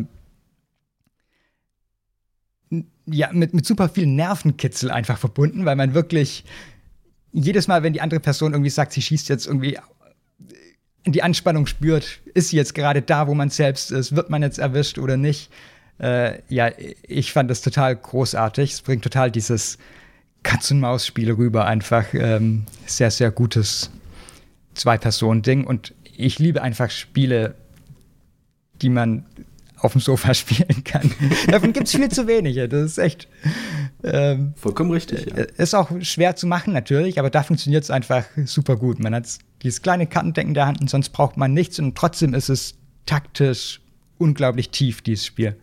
ähm, ja, mit, mit super viel Nervenkitzel einfach verbunden, weil man wirklich jedes Mal, wenn die andere Person irgendwie sagt, sie schießt jetzt irgendwie die Anspannung spürt, ist sie jetzt gerade da, wo man selbst ist, wird man jetzt erwischt oder nicht. Äh, ja, ich fand das total großartig. Es bringt total dieses Katz-und-Maus-Spiel rüber, einfach ähm, sehr, sehr gutes Zwei-Personen-Ding. Und ich liebe einfach Spiele, die man auf dem Sofa spielen kann. Davon gibt es viel zu wenige. Das ist echt ähm, vollkommen richtig. Ja. Ist auch schwer zu machen natürlich, aber da funktioniert es einfach super gut. Man hat dieses kleine Kartendeck in der Hand und sonst braucht man nichts und trotzdem ist es taktisch unglaublich tief, dieses Spiel.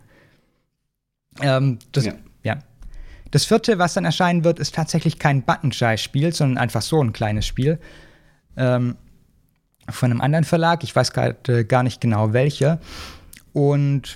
Ähm, das, ja. ja. Das vierte, was dann erscheinen wird, ist tatsächlich kein Buttonshy-Spiel, sondern einfach so ein kleines Spiel. Ähm, von einem anderen Verlag, ich weiß gerade gar nicht genau welcher. Und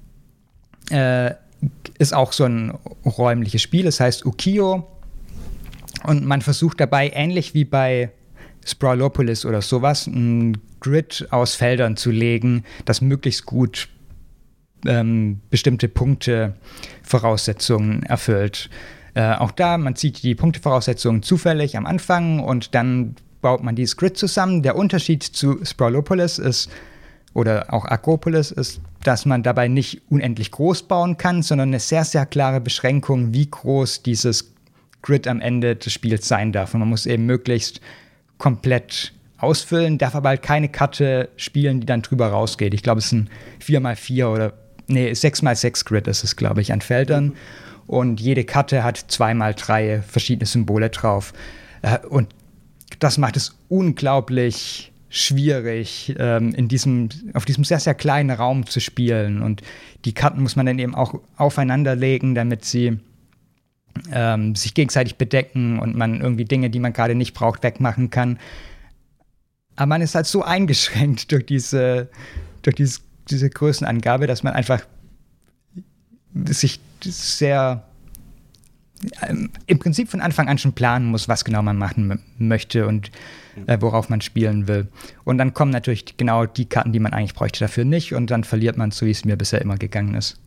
äh, ist auch so ein räumliches Spiel, es heißt Ukiyo. Und man versucht dabei, ähnlich wie bei Sprawlopolis oder sowas, ein Grid aus Feldern zu legen, das möglichst gut ähm, bestimmte Punkte, Voraussetzungen erfüllt. Äh, auch da, man zieht die Punktevoraussetzungen zufällig am Anfang und dann baut man dieses Grid zusammen. Der Unterschied zu Sprawlopolis ist, oder auch Akropolis, ist, dass man dabei nicht unendlich groß bauen kann, sondern eine sehr, sehr klare Beschränkung, wie groß dieses Grid am Ende des Spiels sein darf. Und man muss eben möglichst komplett ausfüllen, darf aber halt keine Karte spielen, die dann drüber rausgeht. Ich glaube, es ist ein vier mal vier oder, nee, sechs mal sechs Grid ist es, glaube ich, an Feldern. Und jede Karte hat zwei mal drei verschiedene Symbole drauf. Und das macht es unglaublich schwierig, ähm, in diesem, auf diesem sehr, sehr kleinen Raum zu spielen. Und die Karten muss man dann eben auch aufeinander legen, damit sie ähm, sich gegenseitig bedecken und man irgendwie Dinge, die man gerade nicht braucht, wegmachen kann. Aber man ist halt so eingeschränkt durch diese, durch dieses, diese Größenangabe, dass man einfach sich sehr ähm, im Prinzip von Anfang an schon planen muss, was genau man machen m- möchte und äh, worauf man spielen will. Und dann kommen natürlich genau die Karten, die man eigentlich bräuchte, dafür nicht. Und dann verliert man, so wie es mir bisher immer gegangen ist.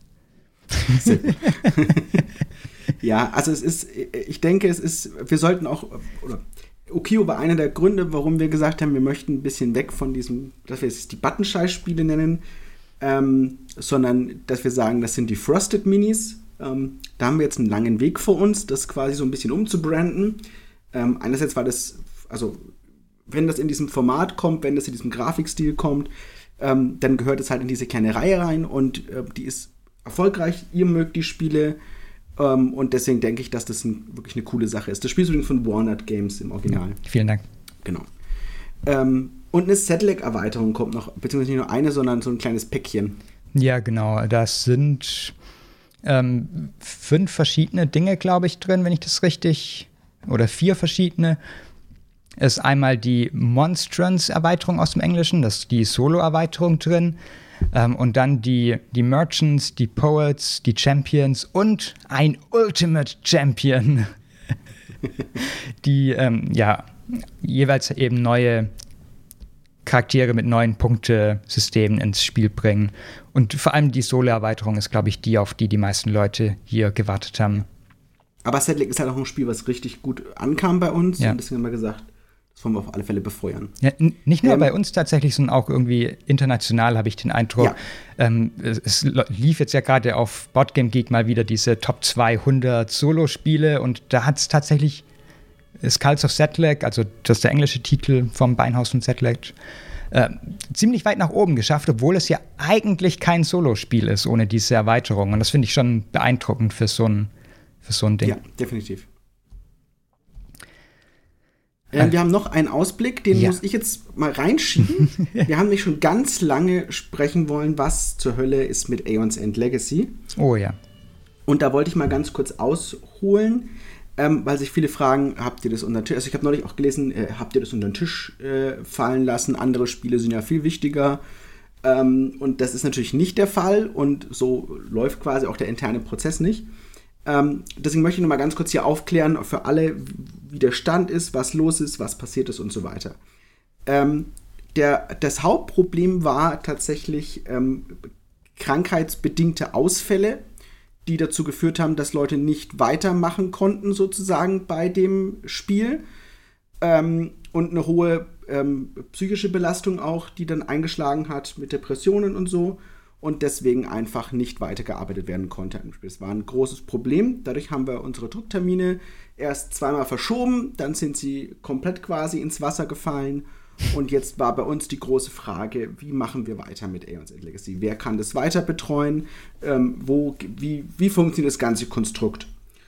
Ja, also es ist, ich denke, es ist, wir sollten auch, oder Ukio war einer der Gründe, warum wir gesagt haben, wir möchten ein bisschen weg von diesem, dass wir jetzt die Buttonscheiß-Spiele nennen, ähm, sondern dass wir sagen, das sind die Frosted Minis. Ähm, da haben wir jetzt einen langen Weg vor uns, das quasi so ein bisschen umzubranden. Ähm, einerseits war das, also wenn das in diesem Format kommt, wenn das in diesem Grafikstil kommt, ähm, dann gehört es halt in diese kleine Reihe rein und äh, die ist erfolgreich. Ihr mögt die Spiele ähm, und deswegen denke ich, dass das ein, wirklich eine coole Sache ist. Das Spiel ist übrigens von Walnut Games im Original. Ja, vielen Dank. Genau. Ähm, und eine Setlag-Erweiterung kommt noch, beziehungsweise nicht nur eine, sondern so ein kleines Päckchen. Ja, genau. Das sind ähm, fünf verschiedene Dinge, glaube ich, drin, wenn ich das richtig, oder vier verschiedene. Ist einmal die Monstrance-Erweiterung aus dem Englischen, das ist die Solo-Erweiterung drin. Ähm, und dann die, die Merchants, die Poets, die Champions und ein Ultimate Champion, die ähm, ja jeweils eben neue Charaktere mit neuen Punktesystemen ins Spiel bringen. Und vor allem die Solo-Erweiterung ist, glaube ich, die, auf die die meisten Leute hier gewartet haben. Aber Setlag ist halt auch ein Spiel, was richtig gut ankam bei uns. Ja. Und deswegen haben wir gesagt, das wollen wir auf alle Fälle befeuern. Ja, n- nicht nur ähm, bei uns tatsächlich, sondern auch irgendwie international, habe ich den Eindruck. Ja. Ähm, es, es lief jetzt ja gerade auf Boardgame Geek mal wieder diese Top zweihundert Solo-Spiele und da hat es tatsächlich Skulls of Setlag, also das ist der englische Titel vom Beinhaus von Setlag, äh, ziemlich weit nach oben geschafft, obwohl es ja eigentlich kein Solo-Spiel ist ohne diese Erweiterung. Und das finde ich schon beeindruckend für so ein, für so ein Ding. Ja, definitiv. Ähm, wir haben noch einen Ausblick, den Ja. muss ich jetzt mal reinschieben. Wir haben nämlich schon ganz lange sprechen wollen, was zur Hölle ist mit Aeon's End Legacy. Oh ja. Und da wollte ich mal ganz kurz ausholen, ähm, weil sich viele fragen, habt ihr das unter den Tisch, also ich habe neulich auch gelesen, äh, habt ihr das unter den Tisch äh, fallen lassen? Andere Spiele sind ja viel wichtiger. Ähm, und das ist natürlich nicht der Fall und so läuft quasi auch der interne Prozess nicht. Ähm, deswegen möchte ich noch mal ganz kurz hier aufklären für alle, wie der Stand ist, was los ist, was passiert ist und so weiter. Ähm, der, das Hauptproblem war tatsächlich ähm, krankheitsbedingte Ausfälle, die dazu geführt haben, dass Leute nicht weitermachen konnten sozusagen bei dem Spiel. Ähm, und eine hohe ähm, psychische Belastung auch, die dann eingeschlagen hat mit Depressionen und so. Und deswegen einfach nicht weitergearbeitet werden konnte im Spiel. Das war ein großes Problem. Dadurch haben wir unsere Drucktermine erst zweimal verschoben, dann sind sie komplett quasi ins Wasser gefallen. Und jetzt war bei uns die große Frage, wie machen wir weiter mit Aeon's End Legacy? Wer kann das weiter betreuen? Ähm, wo, wie, wie funktioniert das ganze Konstrukt?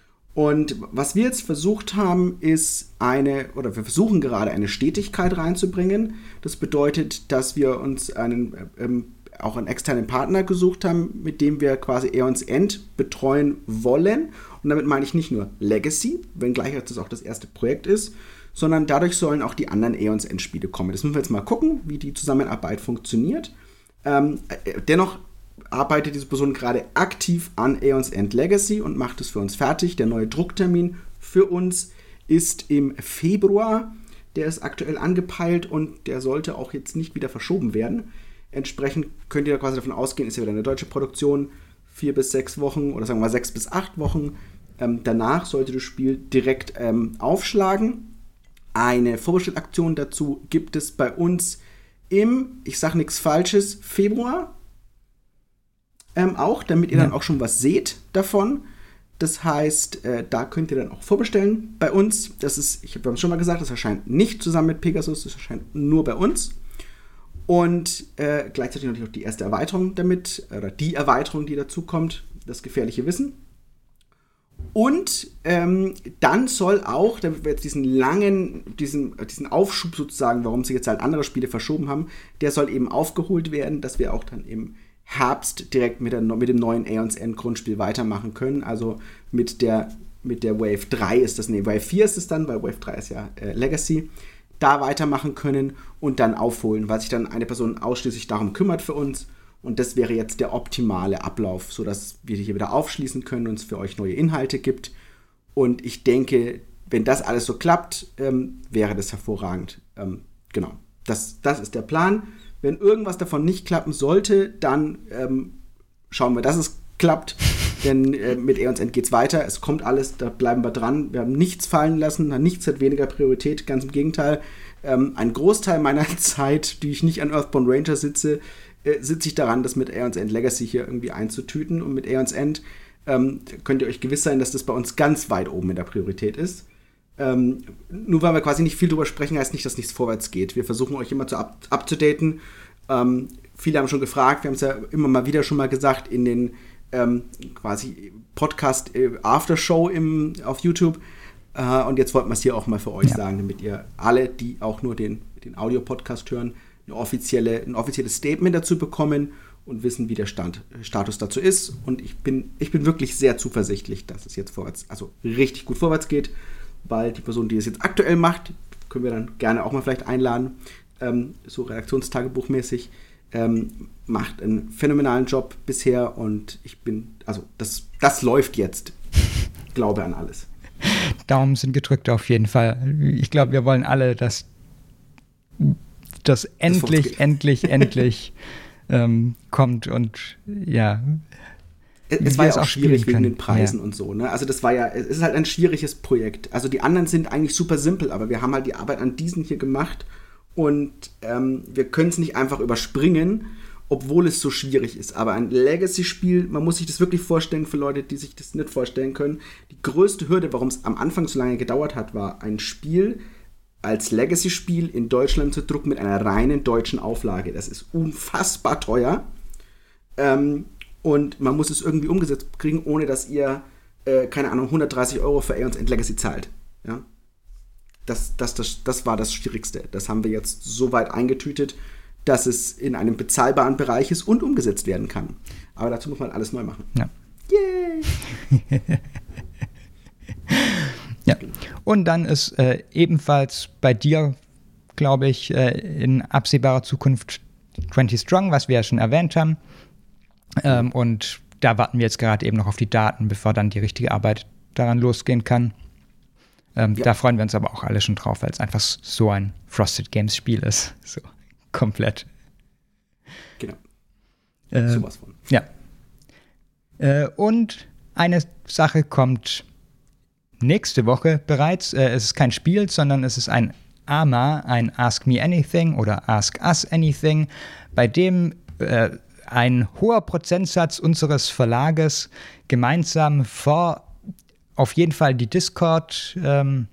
Und was wir jetzt versucht haben, ist eine, oder wir versuchen gerade eine Stetigkeit reinzubringen. Das bedeutet, dass wir uns einen ähm, auch einen externen Partner gesucht haben, mit dem wir quasi Aeon's End betreuen wollen. Und damit meine ich nicht nur Legacy, wenngleich das auch das erste Projekt ist, sondern dadurch sollen auch die anderen Aeon's End Spiele kommen. Das müssen wir jetzt mal gucken, wie die Zusammenarbeit funktioniert. Ähm, dennoch arbeitet diese Person gerade aktiv an Aeon's End Legacy und macht es für uns fertig. Der neue Drucktermin für uns ist im Februar. Der ist aktuell angepeilt und der sollte auch jetzt nicht wieder verschoben werden. Entsprechend könnt ihr quasi davon ausgehen, ist ja wieder eine deutsche Produktion, vier bis sechs Wochen oder sagen wir mal sechs bis acht Wochen. Ähm, danach sollte das Spiel direkt ähm, aufschlagen. Eine Vorbestellaktion dazu gibt es bei uns im, ich sage nichts Falsches, Februar ähm, auch, damit ihr ja. dann auch schon was seht davon. Das heißt, äh, da könnt ihr dann auch vorbestellen bei uns. Das ist, ich habe es schon mal gesagt, das erscheint nicht zusammen mit Pegasus, das erscheint nur bei uns. Und äh, gleichzeitig natürlich auch die erste Erweiterung damit, oder die Erweiterung, die dazu kommt, das gefährliche Wissen. Und ähm, dann soll auch, damit wir jetzt diesen langen, diesen, diesen Aufschub sozusagen, warum sich jetzt halt andere Spiele verschoben haben, der soll eben aufgeholt werden, dass wir auch dann im Herbst direkt mit, der, mit dem neuen Aeon's End Grundspiel weitermachen können. Also mit der, mit der Wave drei ist das, nee, Wave vier ist es dann, weil Wave drei ist ja äh, Legacy. Da weitermachen können und dann aufholen, weil sich dann eine Person ausschließlich darum kümmert für uns. Und das wäre jetzt der optimale Ablauf, sodass wir hier wieder aufschließen können und es für euch neue Inhalte gibt. Und ich denke, wenn das alles so klappt, ähm, wäre das hervorragend. Ähm, genau, das, das ist der Plan. Wenn irgendwas davon nicht klappen sollte, dann ähm, schauen wir, dass es klappt. Denn äh, mit Aeons End geht's weiter. Es kommt alles, da bleiben wir dran. Wir haben nichts fallen lassen, nichts hat weniger Priorität. Ganz im Gegenteil. Ähm, ein Großteil meiner Zeit, die ich nicht an Earthbound Ranger sitze, äh, sitze ich daran, das mit Aeons End Legacy hier irgendwie einzutüten. Und mit Aeons End ähm, könnt ihr euch gewiss sein, dass das bei uns ganz weit oben in der Priorität ist. Ähm, nur weil wir quasi nicht viel drüber sprechen, heißt nicht, dass nichts vorwärts geht. Wir versuchen euch immer zu up- up-to-daten. Ähm, viele haben schon gefragt, wir haben es ja immer mal wieder schon mal gesagt in den ähm, quasi Podcast äh, Aftershow im, auf YouTube. Äh, und jetzt wollten wir es hier auch mal für euch ja. sagen, damit ihr alle, die auch nur den, den Audio-Podcast hören, eine offizielle, ein offizielles Statement dazu bekommen und wissen, wie der Stand, Status dazu ist. Und ich bin, ich bin wirklich sehr zuversichtlich, dass es jetzt vorwärts, also richtig gut vorwärts geht, weil die Person, die es jetzt aktuell macht, können wir dann gerne auch mal vielleicht einladen, ähm, so Redaktionstagebuchmäßig, ähm, macht einen phänomenalen Job bisher und ich bin, also das, das läuft jetzt. Ich glaube an alles. Daumen sind gedrückt auf jeden Fall. Ich glaube, wir wollen alle, dass das endlich, das endlich, endlich ähm, kommt und ja. Es, es war ja auch, auch schwierig wegen den Preisen ja. und so. Ne? Also das war ja, es ist halt ein schwieriges Projekt. Also die anderen sind eigentlich super simpel, aber wir haben halt die Arbeit an diesen hier gemacht und ähm, wir können es nicht einfach überspringen, obwohl es so schwierig ist. Aber ein Legacy-Spiel, man muss sich das wirklich vorstellen für Leute, die sich das nicht vorstellen können. Die größte Hürde, warum es am Anfang so lange gedauert hat, war ein Spiel als Legacy-Spiel in Deutschland zu drucken mit einer reinen deutschen Auflage. Das ist unfassbar teuer. Ähm, Und man muss es irgendwie umgesetzt kriegen, ohne dass ihr, äh, keine Ahnung, hundertdreißig Euro für Aeons End Legacy zahlt. Ja? Das, das, das, das war das Schwierigste. Das haben wir jetzt so weit eingetütet, dass es in einem bezahlbaren Bereich ist und umgesetzt werden kann. Aber dazu muss man alles neu machen. Ja. Yay! Ja. Und dann ist äh, ebenfalls bei dir, glaube ich, äh, in absehbarer Zukunft zwanzig Strong, was wir ja schon erwähnt haben. Ähm, und da warten wir jetzt gerade eben noch auf die Daten, bevor dann die richtige Arbeit daran losgehen kann. Ähm, ja. Da freuen wir uns aber auch alle schon drauf, weil es einfach so ein Frosted Games Spiel ist. So komplett. Genau. Äh, Sowas von. Ja. Äh, und eine Sache kommt nächste Woche bereits. Äh, es ist kein Spiel, sondern es ist ein A M A, ein Ask Me Anything oder Ask Us Anything, bei dem äh, ein hoher Prozentsatz unseres Verlages gemeinsam vor auf jeden Fall die Discord ähm,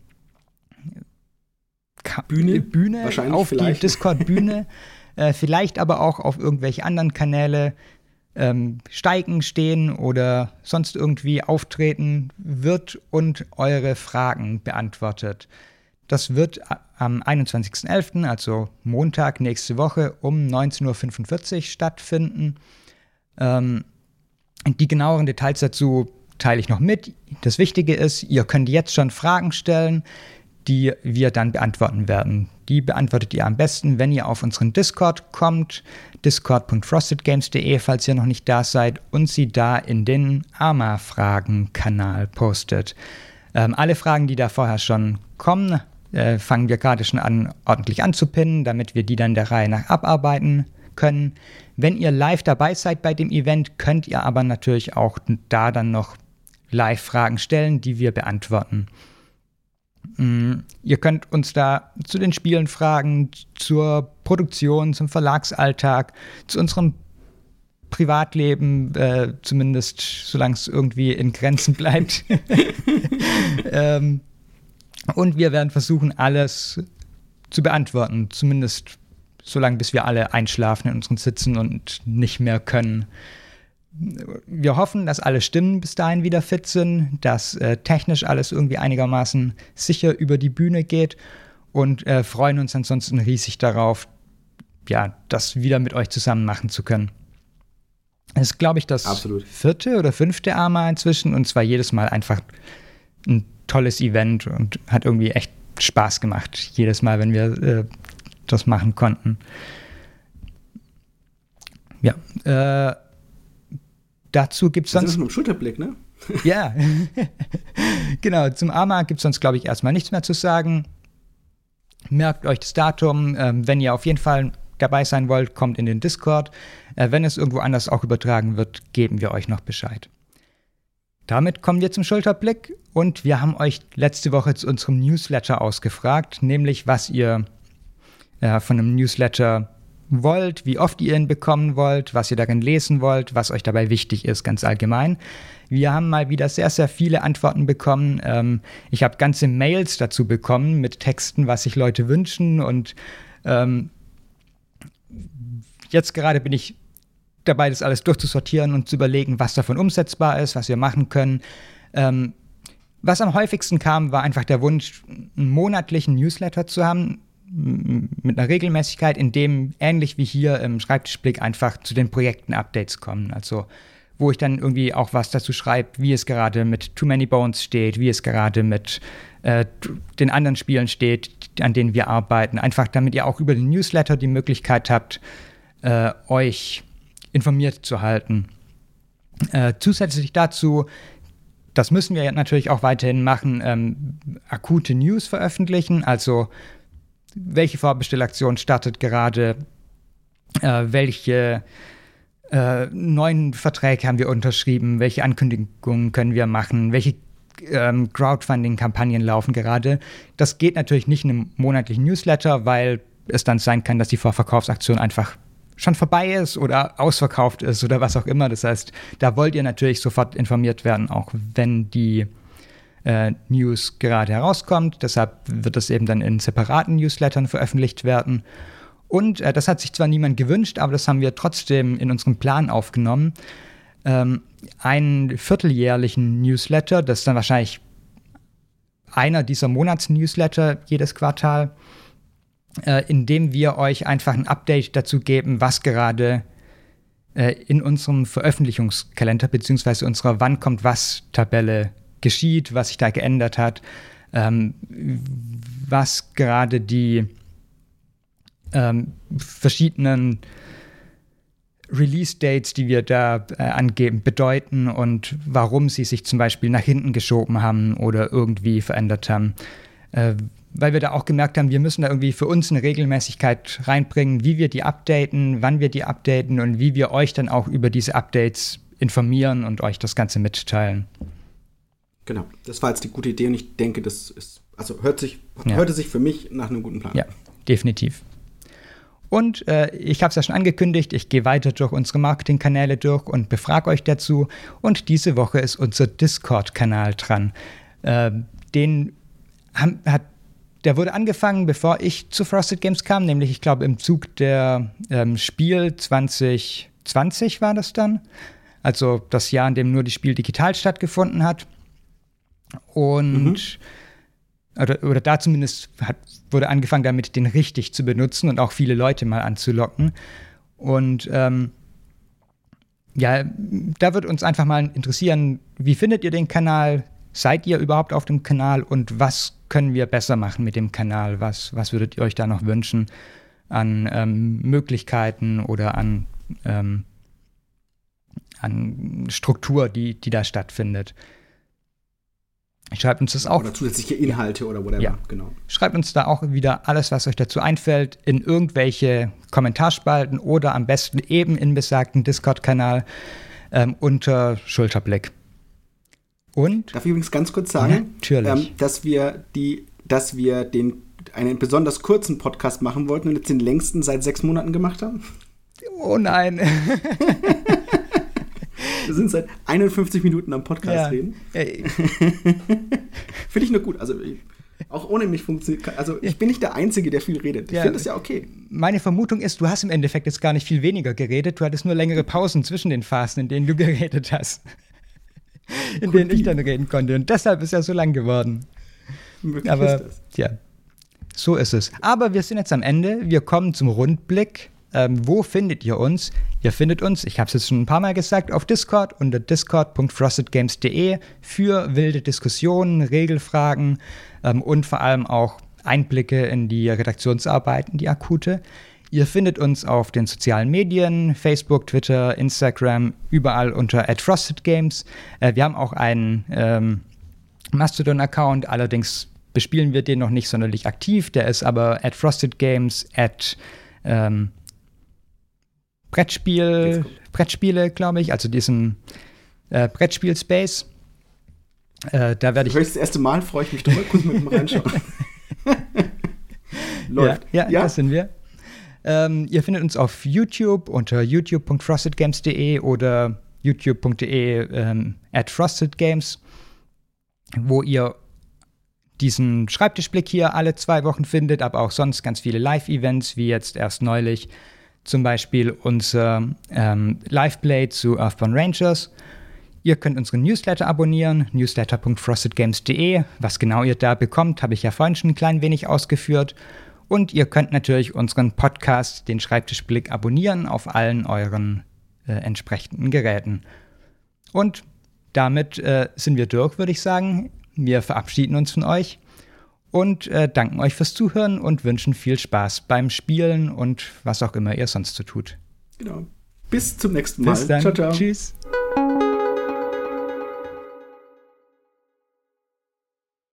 Bühne, Bühne auf vielleicht. die Discord-Bühne, äh, vielleicht aber auch auf irgendwelche anderen Kanäle ähm, steigen, stehen oder sonst irgendwie auftreten wird und eure Fragen beantwortet. Das wird am einundzwanzigsten elften, also Montag nächste Woche um neunzehn Uhr fünfundvierzig stattfinden. Ähm, die genaueren Details dazu teile ich noch mit. Das Wichtige ist, ihr könnt jetzt schon Fragen stellen, die wir dann beantworten werden. Die beantwortet ihr am besten, wenn ihr auf unseren Discord kommt, discord punkt frosted games punkt de, falls ihr noch nicht da seid, und sie da in den A M A-Fragen-Kanal postet. Ähm, alle Fragen, die da vorher schon kommen, Äh, fangen wir gerade schon an, ordentlich anzupinnen, damit wir die dann der Reihe nach abarbeiten können. Wenn ihr live dabei seid bei dem Event, könnt ihr aber natürlich auch da dann noch Live-Fragen stellen, die wir beantworten. Mm, ihr könnt uns da zu den Spielen fragen, zur Produktion, zum Verlagsalltag, zu unserem Privatleben, äh, zumindest solange es irgendwie in Grenzen bleibt. ähm, Und wir werden versuchen, alles zu beantworten, zumindest so lange, bis wir alle einschlafen in unseren Sitzen und nicht mehr können. Wir hoffen, dass alle Stimmen bis dahin wieder fit sind, dass äh, technisch alles irgendwie einigermaßen sicher über die Bühne geht und äh, freuen uns ansonsten riesig darauf, ja, das wieder mit euch zusammen machen zu können. Das ist, glaube ich, das Absolut. vierte oder fünfte A M A inzwischen, und zwar jedes Mal einfach ein tolles Event und hat irgendwie echt Spaß gemacht, jedes Mal, wenn wir äh, das machen konnten. Ja, äh, dazu gibt es sonst... Das ist mit dem Schulterblick, ne? Ja, genau. Zum AMA gibt es sonst, glaube ich, erstmal nichts mehr zu sagen. Merkt euch das Datum. Ähm, wenn ihr auf jeden Fall dabei sein wollt, kommt in den Discord. Äh, wenn es irgendwo anders auch übertragen wird, geben wir euch noch Bescheid. Damit kommen wir zum Schulterblick und wir haben euch letzte Woche zu unserem Newsletter ausgefragt, nämlich was ihr äh, von einem Newsletter wollt, wie oft ihr ihn bekommen wollt, was ihr darin lesen wollt, was euch dabei wichtig ist, ganz allgemein. Wir haben mal wieder sehr, sehr viele Antworten bekommen. Ähm, ich habe ganze Mails dazu bekommen mit Texten, was sich Leute wünschen und ähm, jetzt gerade bin ich dabei, das alles durchzusortieren und zu überlegen, was davon umsetzbar ist, was wir machen können. Ähm, was am häufigsten kam, war einfach der Wunsch, einen monatlichen Newsletter zu haben, m- mit einer Regelmäßigkeit, in dem ähnlich wie hier im Schreibtischblick einfach zu den Projekten Updates kommen. Also wo ich dann irgendwie auch was dazu schreibe, wie es gerade mit Too Many Bones steht, wie es gerade mit äh, den anderen Spielen steht, an denen wir arbeiten. Einfach damit ihr auch über den Newsletter die Möglichkeit habt, äh, euch informiert zu halten. Äh, zusätzlich dazu, das müssen wir natürlich auch weiterhin machen, ähm, akute News veröffentlichen, also welche Vorbestellaktion startet gerade, äh, welche äh, neuen Verträge haben wir unterschrieben, welche Ankündigungen können wir machen, welche ähm, Crowdfunding-Kampagnen laufen gerade. Das geht natürlich nicht in einem monatlichen Newsletter, weil es dann sein kann, dass die Vorverkaufsaktion einfach schon vorbei ist oder ausverkauft ist oder was auch immer. Das heißt, da wollt ihr natürlich sofort informiert werden, auch wenn die äh, News gerade herauskommt. Deshalb wird es eben dann in separaten Newslettern veröffentlicht werden. Und äh, das hat sich zwar niemand gewünscht, aber das haben wir trotzdem in unserem Plan aufgenommen. Ähm, einen vierteljährlichen Newsletter, das ist dann wahrscheinlich einer dieser Monats-Newsletter jedes Quartal, Äh, indem wir euch einfach ein Update dazu geben, was gerade äh, in unserem Veröffentlichungskalender bzw. unserer Wann-kommt-was-Tabelle geschieht, was sich da geändert hat, ähm, was gerade die ähm, verschiedenen Release-Dates, die wir da äh, angeben, bedeuten und warum sie sich zum Beispiel nach hinten geschoben haben oder irgendwie verändert haben. Äh, weil wir da auch gemerkt haben, wir müssen da irgendwie für uns eine Regelmäßigkeit reinbringen, wie wir die updaten, wann wir die updaten und wie wir euch dann auch über diese Updates informieren und euch das Ganze mitteilen. Genau, das war jetzt die gute Idee und ich denke, das ist, also hört sich, ja. hörte sich für mich nach einem guten Plan. Ja, definitiv. Und äh, ich habe es ja schon angekündigt, ich gehe weiter durch unsere Marketingkanäle durch und befrage euch dazu. Und diese Woche ist unser Discord-Kanal dran. Äh, den haben, hat Der wurde angefangen, bevor ich zu Frosted Games kam, nämlich ich glaube im Zug der ähm, Spiel zwanzig zwanzig war das dann. Also das Jahr, in dem nur das Spiel digital stattgefunden hat. Und, mhm. oder, oder da zumindest hat, wurde angefangen damit, den richtig zu benutzen und auch viele Leute mal anzulocken. Und ähm, ja, da wird uns einfach mal interessieren, wie findet ihr den Kanal? Seid ihr überhaupt auf dem Kanal und was können wir besser machen mit dem Kanal? Was, was würdet ihr euch da noch wünschen an ähm, Möglichkeiten oder an, ähm, an Struktur, die, die da stattfindet? Schreibt uns das auch. Oder zusätzliche Inhalte oder whatever, ja. Genau. Schreibt uns da auch wieder alles, was euch dazu einfällt, in irgendwelche Kommentarspalten oder am besten eben in besagten Discord-Kanal ähm, unter Schulterblick. Und? Darf ich übrigens ganz kurz sagen, ähm, dass wir die, dass wir den einen besonders kurzen Podcast machen wollten und jetzt den längsten seit sechs Monaten gemacht haben? Oh nein. Wir sind seit einundfünfzig Minuten am Podcast ja. reden. Finde ich nur gut. Also ich, auch ohne mich funktioniert. Also ich bin nicht der Einzige, der viel redet. Ich ja. finde das ja okay. Meine Vermutung ist, du hast im Endeffekt jetzt gar nicht viel weniger geredet. Du hattest nur längere Pausen zwischen den Phasen, in denen du geredet hast. In denen ich dann reden konnte. Und deshalb ist er so lang geworden. Möglich Aber ist das. Ja, so ist es. Aber wir sind jetzt am Ende. Wir kommen zum Rundblick. Ähm, wo findet ihr uns? Ihr findet uns, ich habe es jetzt schon ein paar Mal gesagt, auf Discord unter discord punkt frosted games punkt de für wilde Diskussionen, Regelfragen ähm, und vor allem auch Einblicke in die Redaktionsarbeiten, die akute. Ihr findet uns auf den sozialen Medien, Facebook, Twitter, Instagram, überall unter at frostedgames. Äh, wir haben auch einen ähm, Mastodon-Account, allerdings bespielen wir den noch nicht sonderlich aktiv. Der ist aber at frostedgames, at ähm, Brettspiel, Brettspiele, glaube ich, also diesem äh, Brettspiel-Space. Äh, da werde ich. Das erste Mal freue ich mich doch mal kurz mit dem Reinschauen. Läuft. Ja, ja, ja, das sind wir. Ähm, ihr findet uns auf YouTube unter youtube punkt frostedgames punkt de oder youtube punkt de ähm, at frostedgames, wo ihr diesen Schreibtischblick hier alle zwei Wochen findet, aber auch sonst ganz viele Live-Events, wie jetzt erst neulich zum Beispiel unser ähm, Live-Play zu Earthbound Rangers. Ihr könnt unseren Newsletter abonnieren, newsletter punkt frostedgames punkt de. Was genau ihr da bekommt, habe ich ja vorhin schon ein klein wenig ausgeführt. Und ihr könnt natürlich unseren Podcast, den Schreibtischblick, abonnieren auf allen euren äh, entsprechenden Geräten. Und damit äh, sind wir durch, würde ich sagen. Wir verabschieden uns von euch und äh, danken euch fürs Zuhören und wünschen viel Spaß beim Spielen und was auch immer ihr sonst so tut. Genau. Bis zum nächsten Mal. Bis dann. Ciao, ciao. Tschüss.